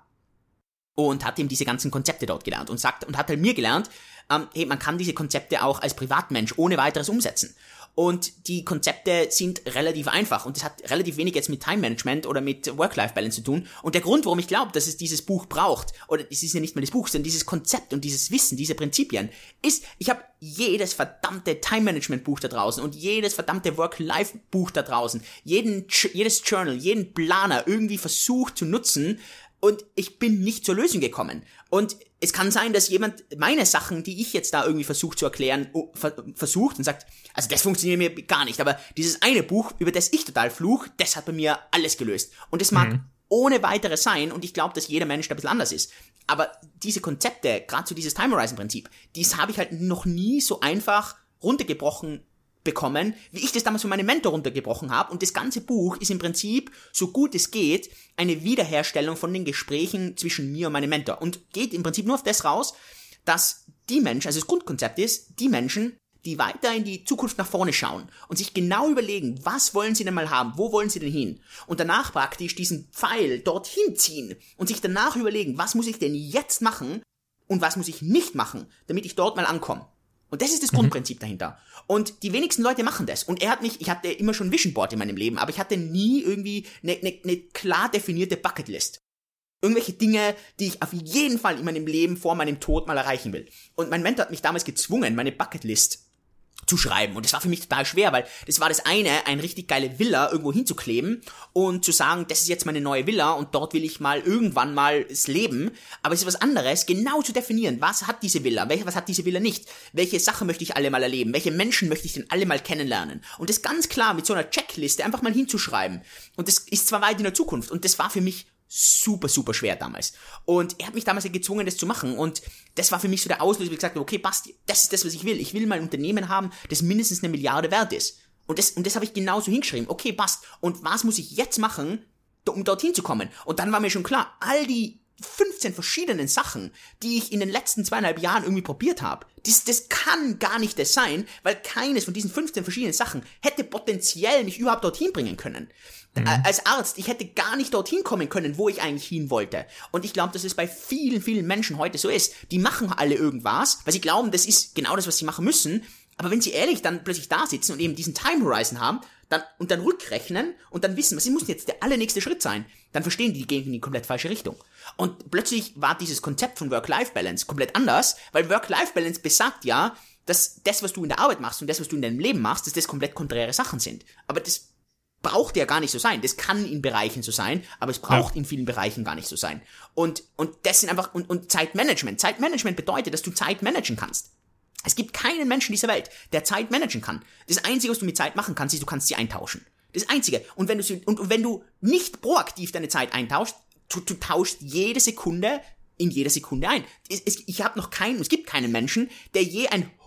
und hat eben diese ganzen Konzepte dort gelernt und hat halt mir gelernt, hey, man kann diese Konzepte auch als Privatmensch ohne weiteres umsetzen. Und die Konzepte sind relativ einfach und das hat relativ wenig jetzt mit Time Management oder mit Work-Life-Balance zu tun. Und der Grund, warum ich glaube, dass es dieses Buch braucht, oder es ist ja nicht mal das Buch, sondern dieses Konzept und dieses Wissen, diese Prinzipien, ist, ich habe jedes verdammte Time Management Buch da draußen und jedes verdammte Work-Life Buch da draußen, jedes Journal, jeden Planer irgendwie versucht zu nutzen und ich bin nicht zur Lösung gekommen. Und es kann sein, dass jemand meine Sachen, die ich jetzt da irgendwie versuche zu erklären, versucht und sagt, also das funktioniert mir gar nicht, aber dieses eine Buch, über das ich total fluch, das hat bei mir alles gelöst. Und das mag ohne weiteres sein und ich glaube, dass jeder Mensch da ein bisschen anders ist. Aber diese Konzepte, gerade so dieses Time Horizon Prinzip, dies habe ich halt noch nie so einfach runtergebrochen bekommen, wie ich das damals von meinem Mentor runtergebrochen habe. Und das ganze Buch ist im Prinzip, so gut es geht, eine Wiederherstellung von den Gesprächen zwischen mir und meinem Mentor. Und geht im Prinzip nur auf das raus, dass die Menschen, also das Grundkonzept ist, die Menschen, die weiter in die Zukunft nach vorne schauen und sich genau überlegen, was wollen sie denn mal haben, wo wollen sie denn hin? Und danach praktisch diesen Pfeil dorthin ziehen und sich danach überlegen, was muss ich denn jetzt machen und was muss ich nicht machen, damit ich dort mal ankomme. Und das ist das Grundprinzip dahinter. Und die wenigsten Leute machen das. Und ich hatte immer schon Vision Board in meinem Leben, aber ich hatte nie irgendwie eine klar definierte Bucketlist. Irgendwelche Dinge, die ich auf jeden Fall in meinem Leben vor meinem Tod mal erreichen will. Und mein Mentor hat mich damals gezwungen, meine Bucketlist zu schreiben. Und das war für mich total schwer, weil das war das eine richtig geile Villa irgendwo hinzukleben und zu sagen, das ist jetzt meine neue Villa und dort will ich mal irgendwann mal es leben. Aber es ist was anderes, genau zu definieren, was hat diese Villa, was hat diese Villa nicht, welche Sachen möchte ich alle mal erleben, welche Menschen möchte ich denn alle mal kennenlernen. Und das ganz klar mit so einer Checkliste einfach mal hinzuschreiben. Und das ist zwar weit in der Zukunft und das war für mich super, super schwer damals. Und er hat mich damals gezwungen, das zu machen. Und das war für mich so der Auslöser, wo ich gesagt habe, okay, Basti, das ist das, was ich will. Ich will mal ein Unternehmen haben, das mindestens 1 Milliarde wert ist. Und das habe ich genauso hingeschrieben. Okay, passt. Und was muss ich jetzt machen, um dorthin zu kommen? Und dann war mir schon klar, all die 15 verschiedenen Sachen, die ich in den letzten 2,5 Jahren irgendwie probiert habe, das kann gar nicht das sein, weil keines von diesen 15 verschiedenen Sachen hätte potenziell mich überhaupt dorthin bringen können. Als Arzt, ich hätte gar nicht dorthin kommen können, wo ich eigentlich hin wollte. Und ich glaube, dass es bei vielen, vielen Menschen heute so ist. Die machen alle irgendwas, weil sie glauben, das ist genau das, was sie machen müssen. Aber wenn sie ehrlich dann plötzlich da sitzen und eben diesen Time Horizon haben, dann rückrechnen und dann wissen, was muss jetzt der allernächste Schritt sein, dann verstehen die gehen in die komplett falsche Richtung. Und plötzlich war dieses Konzept von Work-Life-Balance komplett anders, weil Work-Life-Balance besagt ja, dass das, was du in der Arbeit machst und das, was du in deinem Leben machst, dass das komplett konträre Sachen sind. Aber das braucht ja gar nicht so sein. Das kann in Bereichen so sein, aber es braucht in vielen Bereichen gar nicht so sein. Und das sind einfach, und Zeitmanagement. Zeitmanagement bedeutet, dass du Zeit managen kannst. Es gibt keinen Menschen dieser Welt, der Zeit managen kann. Das Einzige, was du mit Zeit machen kannst, ist, du kannst sie eintauschen. Das Einzige. Und wenn du nicht proaktiv deine Zeit eintauschst, du tauschst jede Sekunde in jeder Sekunde ein. Es gibt keinen Menschen, der je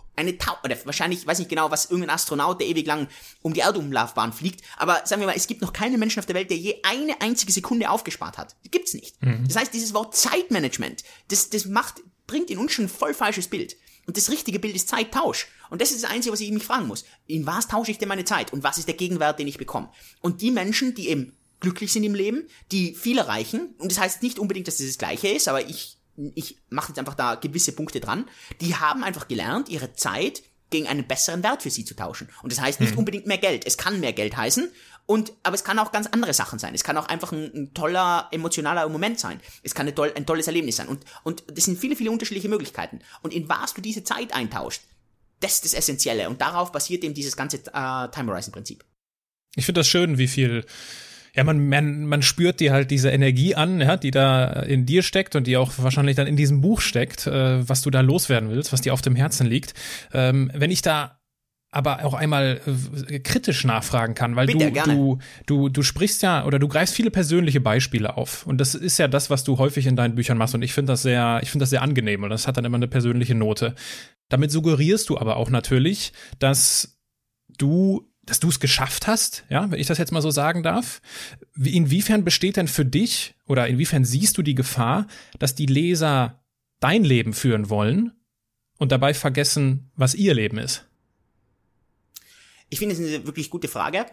oder wahrscheinlich, weiß nicht genau, was irgendein Astronaut, der ewig lang um die Erdumlaufbahn fliegt, aber sagen wir mal, es gibt noch keinen Menschen auf der Welt, der je eine einzige Sekunde aufgespart hat. Das gibt's nicht. Das heißt, dieses Wort Zeitmanagement, das bringt in uns schon ein voll falsches Bild. Und das richtige Bild ist Zeittausch. Und das ist das Einzige, was ich mich fragen muss. In was tausche ich denn meine Zeit? Und was ist der Gegenwert, den ich bekomme? Und die Menschen, die eben glücklich sind im Leben, die viel erreichen, und das heißt nicht unbedingt, dass das Gleiche ist, aber ich mache jetzt einfach da gewisse Punkte dran, die haben einfach gelernt, ihre Zeit gegen einen besseren Wert für sie zu tauschen. Und das heißt nicht unbedingt mehr Geld. Es kann mehr Geld heißen, aber es kann auch ganz andere Sachen sein. Es kann auch einfach ein toller, emotionaler Moment sein. Es kann ein tolles Erlebnis sein. Und das sind viele, viele unterschiedliche Möglichkeiten. Und in was du diese Zeit eintauscht, das ist das Essentielle. Und darauf basiert eben dieses ganze Time Horizon-Prinzip. Ich finde das schön, wie viel, ja, man spürt dir halt diese Energie an, ja, die da in dir steckt und die auch wahrscheinlich dann in diesem Buch steckt, was du da loswerden willst, was dir auf dem Herzen liegt. Wenn ich da aber auch einmal kritisch nachfragen kann, weil Bitte, du sprichst ja oder du greifst viele persönliche Beispiele auf und das ist ja das, was du häufig in deinen Büchern machst und ich finde das sehr angenehm und das hat dann immer eine persönliche Note. Damit suggerierst du aber auch natürlich, dass du es geschafft hast, ja, wenn ich das jetzt mal so sagen darf. Inwiefern besteht denn für dich oder inwiefern siehst du die Gefahr, dass die Leser dein Leben führen wollen und dabei vergessen, was ihr Leben ist? Ich finde, das ist eine wirklich gute Frage.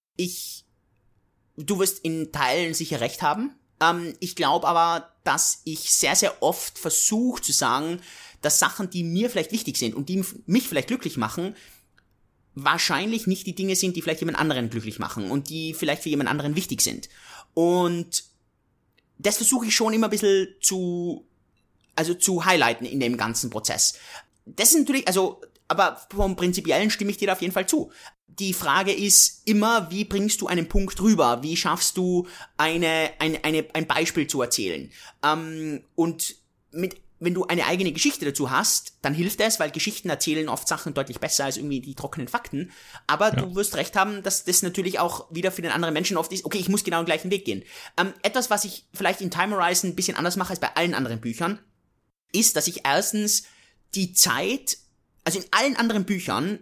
Du wirst in Teilen sicher recht haben. Ich glaube aber, dass ich sehr, sehr oft versuche zu sagen, dass Sachen, die mir vielleicht wichtig sind und die mich vielleicht glücklich machen, wahrscheinlich nicht die Dinge sind, die vielleicht jemand anderen glücklich machen und die vielleicht für jemand anderen wichtig sind. Und das versuche ich schon immer ein bisschen zu highlighten in dem ganzen Prozess. Das ist natürlich, aber vom Prinzipiellen stimme ich dir da auf jeden Fall zu. Die Frage ist immer, wie bringst du einen Punkt rüber? Wie schaffst du ein Beispiel zu erzählen? Und wenn du eine eigene Geschichte dazu hast, dann hilft es, weil Geschichten erzählen oft Sachen deutlich besser als irgendwie die trockenen Fakten. Aber du wirst recht haben, dass das natürlich auch wieder für den anderen Menschen oft ist, okay, ich muss genau den gleichen Weg gehen. Etwas, was ich vielleicht in Time Horizon ein bisschen anders mache als bei allen anderen Büchern, ist, dass ich erstens die Zeit, also in allen anderen Büchern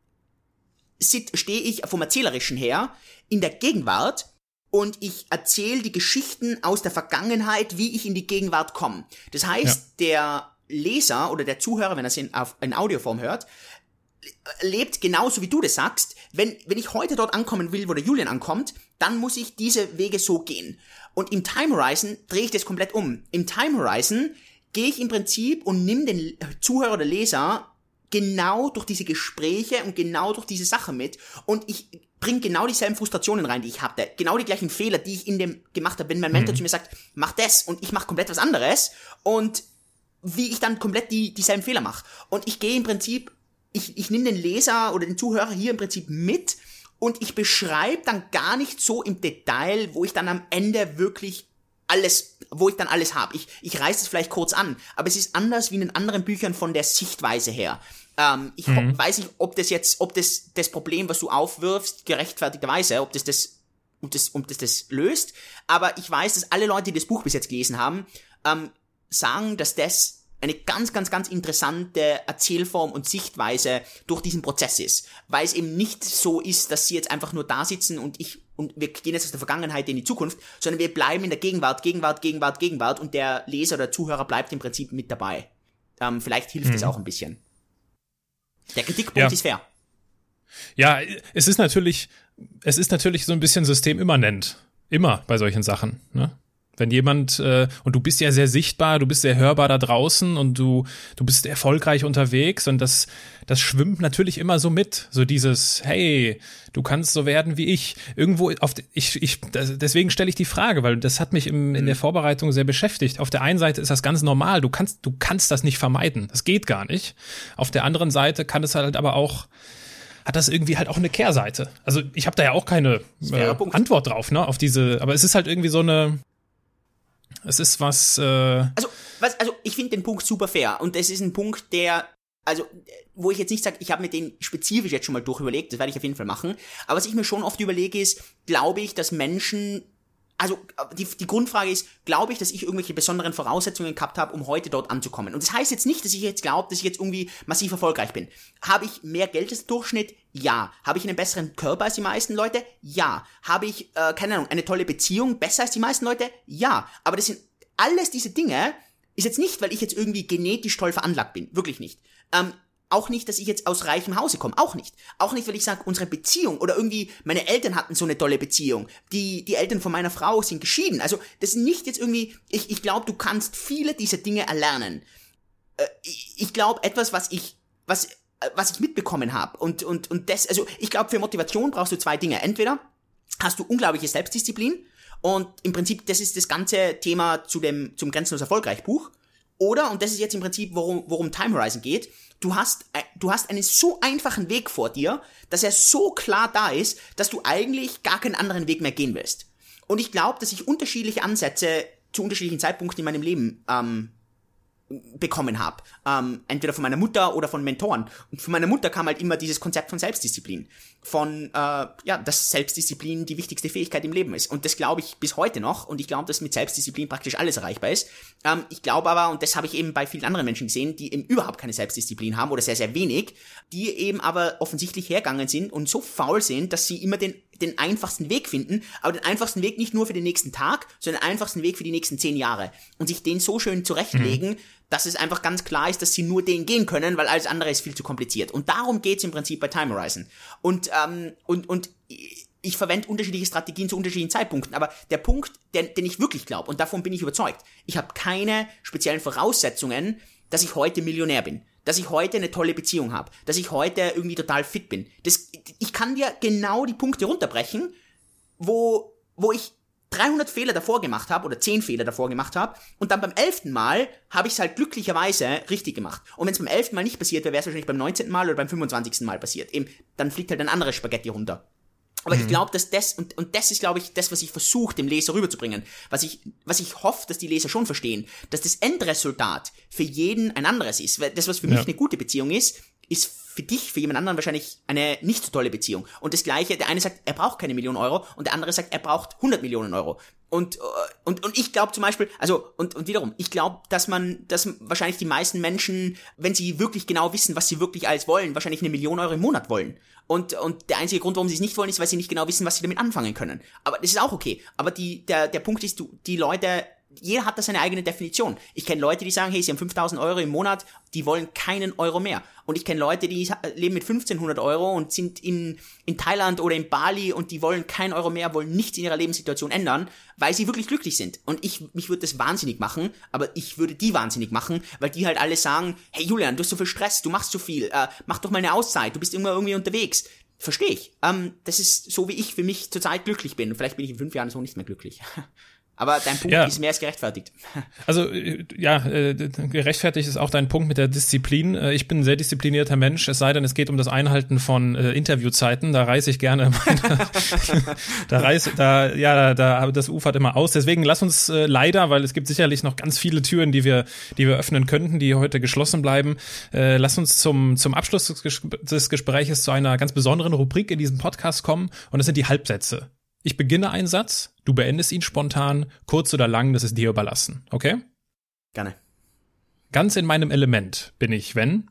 stehe ich vom Erzählerischen her in der Gegenwart und ich erzähle die Geschichten aus der Vergangenheit, wie ich in die Gegenwart komme. Das heißt, der Leser oder der Zuhörer, wenn er es in Audioform hört, lebt genauso wie du das sagst. Wenn ich heute dort ankommen will, wo der Julian ankommt, dann muss ich diese Wege so gehen. Und im Time Horizon drehe ich das komplett um. Im Time Horizon gehe ich im Prinzip und nimm den Zuhörer oder Leser genau durch diese Gespräche und genau durch diese Sache mit und ich bringe genau dieselben Frustrationen rein, die ich hatte, genau die gleichen Fehler, die ich in dem gemacht habe, wenn mein Mentor zu mir sagt, mach das und ich mache komplett was anderes und wie ich dann komplett dieselben Fehler mache. Und ich gehe im Prinzip, ich nehme den Leser oder den Zuhörer hier im Prinzip mit und ich beschreibe dann gar nicht so im Detail, wo ich dann am Ende wirklich alles habe. Ich reiße es vielleicht kurz an, aber es ist anders wie in den anderen Büchern von der Sichtweise her. Ich weiß nicht, ob das Problem, was du aufwirfst, gerechtfertigterweise, ob das löst, aber ich weiß, dass alle Leute, die das Buch bis jetzt gelesen haben, sagen, dass das eine ganz, ganz, ganz interessante Erzählform und Sichtweise durch diesen Prozess ist, weil es eben nicht so ist, dass sie jetzt einfach nur da sitzen und wir gehen jetzt aus der Vergangenheit in die Zukunft, sondern wir bleiben in der Gegenwart und der Leser oder Zuhörer bleibt im Prinzip mit dabei. Vielleicht hilft es auch ein bisschen. Der Kritikpunkt ist fair. Ja, es ist natürlich so ein bisschen systemimmanent. Immer bei solchen Sachen, ne? Wenn jemand, und du bist ja sehr sichtbar, du bist sehr hörbar da draußen und du bist erfolgreich unterwegs und das schwimmt natürlich immer so mit. So dieses, hey, du kannst so werden wie ich. Irgendwo deswegen stelle ich die Frage, weil das hat mich in der Vorbereitung sehr beschäftigt. Auf der einen Seite ist das ganz normal, du kannst das nicht vermeiden. Das geht gar nicht. Auf der anderen Seite kann es halt aber auch, hat das irgendwie halt auch eine Kehrseite. Also ich habe da ja auch keine Antwort drauf, ne, auf diese, aber es ist halt irgendwie so eine, es ist was. Also ich finde den Punkt super fair und es ist ein Punkt, wo ich jetzt nicht sage, ich habe mir den spezifisch jetzt schon mal durchüberlegt, das werde ich auf jeden Fall machen, aber was ich mir schon oft überlege ist, glaube ich, dass Menschen, also die Grundfrage ist, glaube ich, dass ich irgendwelche besonderen Voraussetzungen gehabt habe, um heute dort anzukommen. Und das heißt jetzt nicht, dass ich jetzt glaube, dass ich jetzt irgendwie massiv erfolgreich bin. Habe ich mehr Geld als der Durchschnitt? Ja. Habe ich einen besseren Körper als die meisten Leute? Ja. Habe ich, keine Ahnung, eine tolle Beziehung besser als die meisten Leute? Ja. Aber das sind alles diese Dinge, ist jetzt nicht, weil ich jetzt irgendwie genetisch toll veranlagt bin. Wirklich nicht. Auch nicht, dass ich jetzt aus reichem Hause komme. Auch nicht. Auch nicht, weil ich sage, unsere Beziehung oder irgendwie meine Eltern hatten so eine tolle Beziehung. Die Eltern von meiner Frau sind geschieden. Also das ist nicht jetzt irgendwie, ich glaube, du kannst viele dieser Dinge erlernen. Ich glaube, etwas, was was ich mitbekommen habe. Und das, also ich glaube, für Motivation brauchst du 2 Dinge. Entweder hast du unglaubliche Selbstdisziplin und im Prinzip, das ist das ganze Thema zum Grenzenlos Erfolgreich Buch. Oder, und das ist jetzt im Prinzip, worum Time Horizon geht, du hast einen so einfachen Weg vor dir, dass er so klar da ist, dass du eigentlich gar keinen anderen Weg mehr gehen willst. Und ich glaube, dass ich unterschiedliche Ansätze zu unterschiedlichen Zeitpunkten in meinem Leben bekommen habe. Entweder von meiner Mutter oder von Mentoren. Und von meiner Mutter kam halt immer dieses Konzept von Selbstdisziplin. Dass Selbstdisziplin die wichtigste Fähigkeit im Leben ist. Und das glaube ich bis heute noch. Und ich glaube, dass mit Selbstdisziplin praktisch alles erreichbar ist. Ich glaube aber, und das habe ich eben bei vielen anderen Menschen gesehen, die eben überhaupt keine Selbstdisziplin haben oder sehr, sehr wenig, die eben aber offensichtlich hergegangen sind und so faul sind, dass sie immer den einfachsten Weg finden, aber den einfachsten Weg nicht nur für den nächsten Tag, sondern den einfachsten Weg für die nächsten 10 Jahre. Und sich den so schön zurechtlegen, dass es einfach ganz klar ist, dass sie nur den gehen können, weil alles andere ist viel zu kompliziert. Und darum geht's im Prinzip bei Time Horizon. Und ich verwende unterschiedliche Strategien zu unterschiedlichen Zeitpunkten, aber der Punkt, den ich wirklich glaube, und davon bin ich überzeugt, ich habe keine speziellen Voraussetzungen, dass ich heute Millionär bin, dass ich heute eine tolle Beziehung habe, dass ich heute irgendwie total fit bin. Ich kann dir genau die Punkte runterbrechen, wo ich 300 Fehler davor gemacht habe oder 10 Fehler davor gemacht habe und dann beim 11. Mal habe ich es halt glücklicherweise richtig gemacht. Und wenn es beim 11. Mal nicht passiert wäre, wäre es wahrscheinlich beim 19. Mal oder beim 25. Mal passiert. Eben, dann fliegt halt ein anderes Spaghetti runter. Aber ich glaube, dass das ist, glaube ich, das, was ich versuche, dem Leser rüberzubringen. Was ich hoffe, dass die Leser schon verstehen, dass das Endresultat für jeden ein anderes ist. Weil das, was für mich eine gute Beziehung ist für dich, für jemand anderen wahrscheinlich eine nicht so tolle Beziehung. Und das Gleiche, der eine sagt, er braucht keine 1 Million Euro und der andere sagt, er braucht 100 Millionen Euro. Und ich glaube zum Beispiel, und wiederum, ich glaube, dass wahrscheinlich die meisten Menschen, wenn sie wirklich genau wissen, was sie wirklich alles wollen, wahrscheinlich 1 Million Euro im Monat wollen. Und der einzige Grund, warum sie es nicht wollen, ist, weil sie nicht genau wissen, was sie damit anfangen können. Aber das ist auch okay. Aber der Punkt ist, die Leute, jeder hat da seine eigene Definition. Ich kenne Leute, die sagen, hey, sie haben 5.000 Euro im Monat, die wollen keinen Euro mehr. Und ich kenne Leute, die leben mit 1.500 Euro und sind in Thailand oder in Bali und die wollen keinen Euro mehr, wollen nichts in ihrer Lebenssituation ändern, weil sie wirklich glücklich sind. Und mich würde das wahnsinnig machen, aber ich würde die wahnsinnig machen, weil die halt alle sagen, hey Julian, du hast so viel Stress, du machst so viel, mach doch mal eine Auszeit, du bist immer irgendwie unterwegs. Verstehe ich. Das ist so, wie ich für mich zurzeit glücklich bin. Und vielleicht bin ich in 5 Jahren so nicht mehr glücklich. Aber dein Punkt ist mehr als gerechtfertigt. Also, gerechtfertigt ist auch dein Punkt mit der Disziplin. Ich bin ein sehr disziplinierter Mensch, es sei denn, es geht um das Einhalten von Interviewzeiten. Da reiße ich gerne das ufert immer aus. Deswegen lass uns leider, weil es gibt sicherlich noch ganz viele Türen, die wir öffnen könnten, die heute geschlossen bleiben. Lass uns zum Abschluss des Gespräches zu einer ganz besonderen Rubrik in diesem Podcast kommen. Und das sind die Halbsätze. Ich beginne einen Satz, du beendest ihn spontan, kurz oder lang, das ist dir überlassen, okay? Gerne. Ganz in meinem Element bin ich, wenn?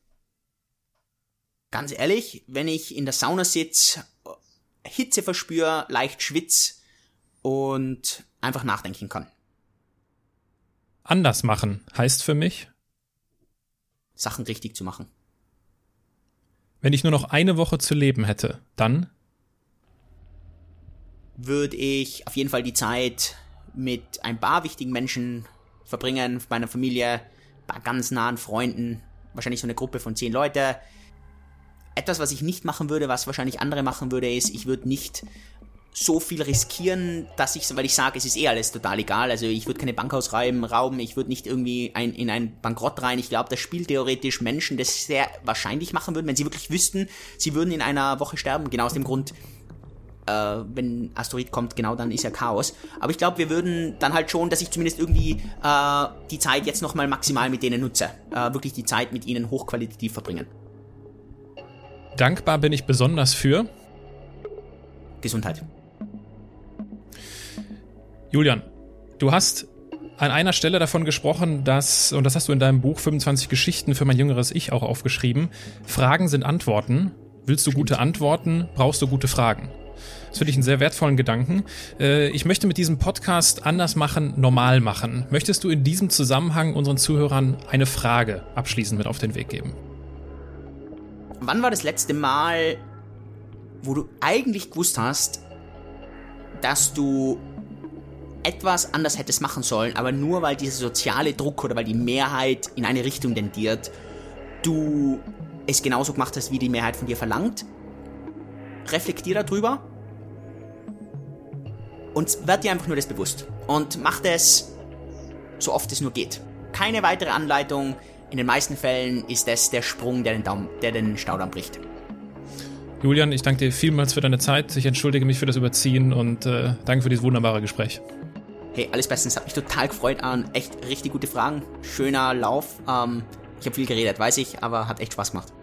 Ganz ehrlich, wenn ich in der Sauna sitze, Hitze verspüre, leicht schwitze und einfach nachdenken kann. Anders machen heißt für mich? Sachen richtig zu machen. Wenn ich nur noch eine Woche zu leben hätte, dann? Würde ich auf jeden Fall die Zeit mit ein paar wichtigen Menschen verbringen, meiner Familie, ein paar ganz nahen Freunden, wahrscheinlich so eine Gruppe von 10 Leute. Etwas, was ich nicht machen würde, was wahrscheinlich andere machen würde, ist, ich würde nicht so viel riskieren, weil ich sage, es ist alles total egal. Also ich würde keine Bank rauben, ich würde nicht irgendwie in ein Bankrott rein. Ich glaube, das spieltheoretisch Menschen das sehr wahrscheinlich machen würden, wenn sie wirklich wüssten, sie würden in einer Woche sterben. Genau aus dem Grund, wenn Asteroid kommt, genau dann ist ja Chaos. Aber ich glaube, wir würden dann halt schon, dass ich zumindest irgendwie die Zeit jetzt nochmal maximal mit denen nutze. Wirklich die Zeit mit ihnen hochqualitativ verbringen. Dankbar bin ich besonders für Gesundheit. Julian, du hast an einer Stelle davon gesprochen, und das hast du in deinem Buch 25 Geschichten für mein jüngeres Ich auch aufgeschrieben, Fragen sind Antworten. Willst du gute Antworten, brauchst du gute Fragen. Das finde ich einen sehr wertvollen Gedanken. Ich möchte mit diesem Podcast anders machen, normal machen. Möchtest du in diesem Zusammenhang unseren Zuhörern eine Frage abschließend mit auf den Weg geben? Wann war das letzte Mal, wo du eigentlich gewusst hast, dass du etwas anders hättest machen sollen, aber nur weil dieser soziale Druck oder weil die Mehrheit in eine Richtung tendiert, du es genauso gemacht hast, wie die Mehrheit von dir verlangt. Reflektier darüber und werd dir einfach nur das bewusst. Und mach das so oft es nur geht. Keine weitere Anleitung. In den meisten Fällen ist das der Sprung, der den Staudamm bricht. Julian, ich danke dir vielmals für deine Zeit. Ich entschuldige mich für das Überziehen und danke für dieses wunderbare Gespräch. Hey, alles bestens. Hat mich total gefreut an. Echt richtig gute Fragen. Schöner Lauf. Ich habe viel geredet, weiß ich, aber hat echt Spaß gemacht.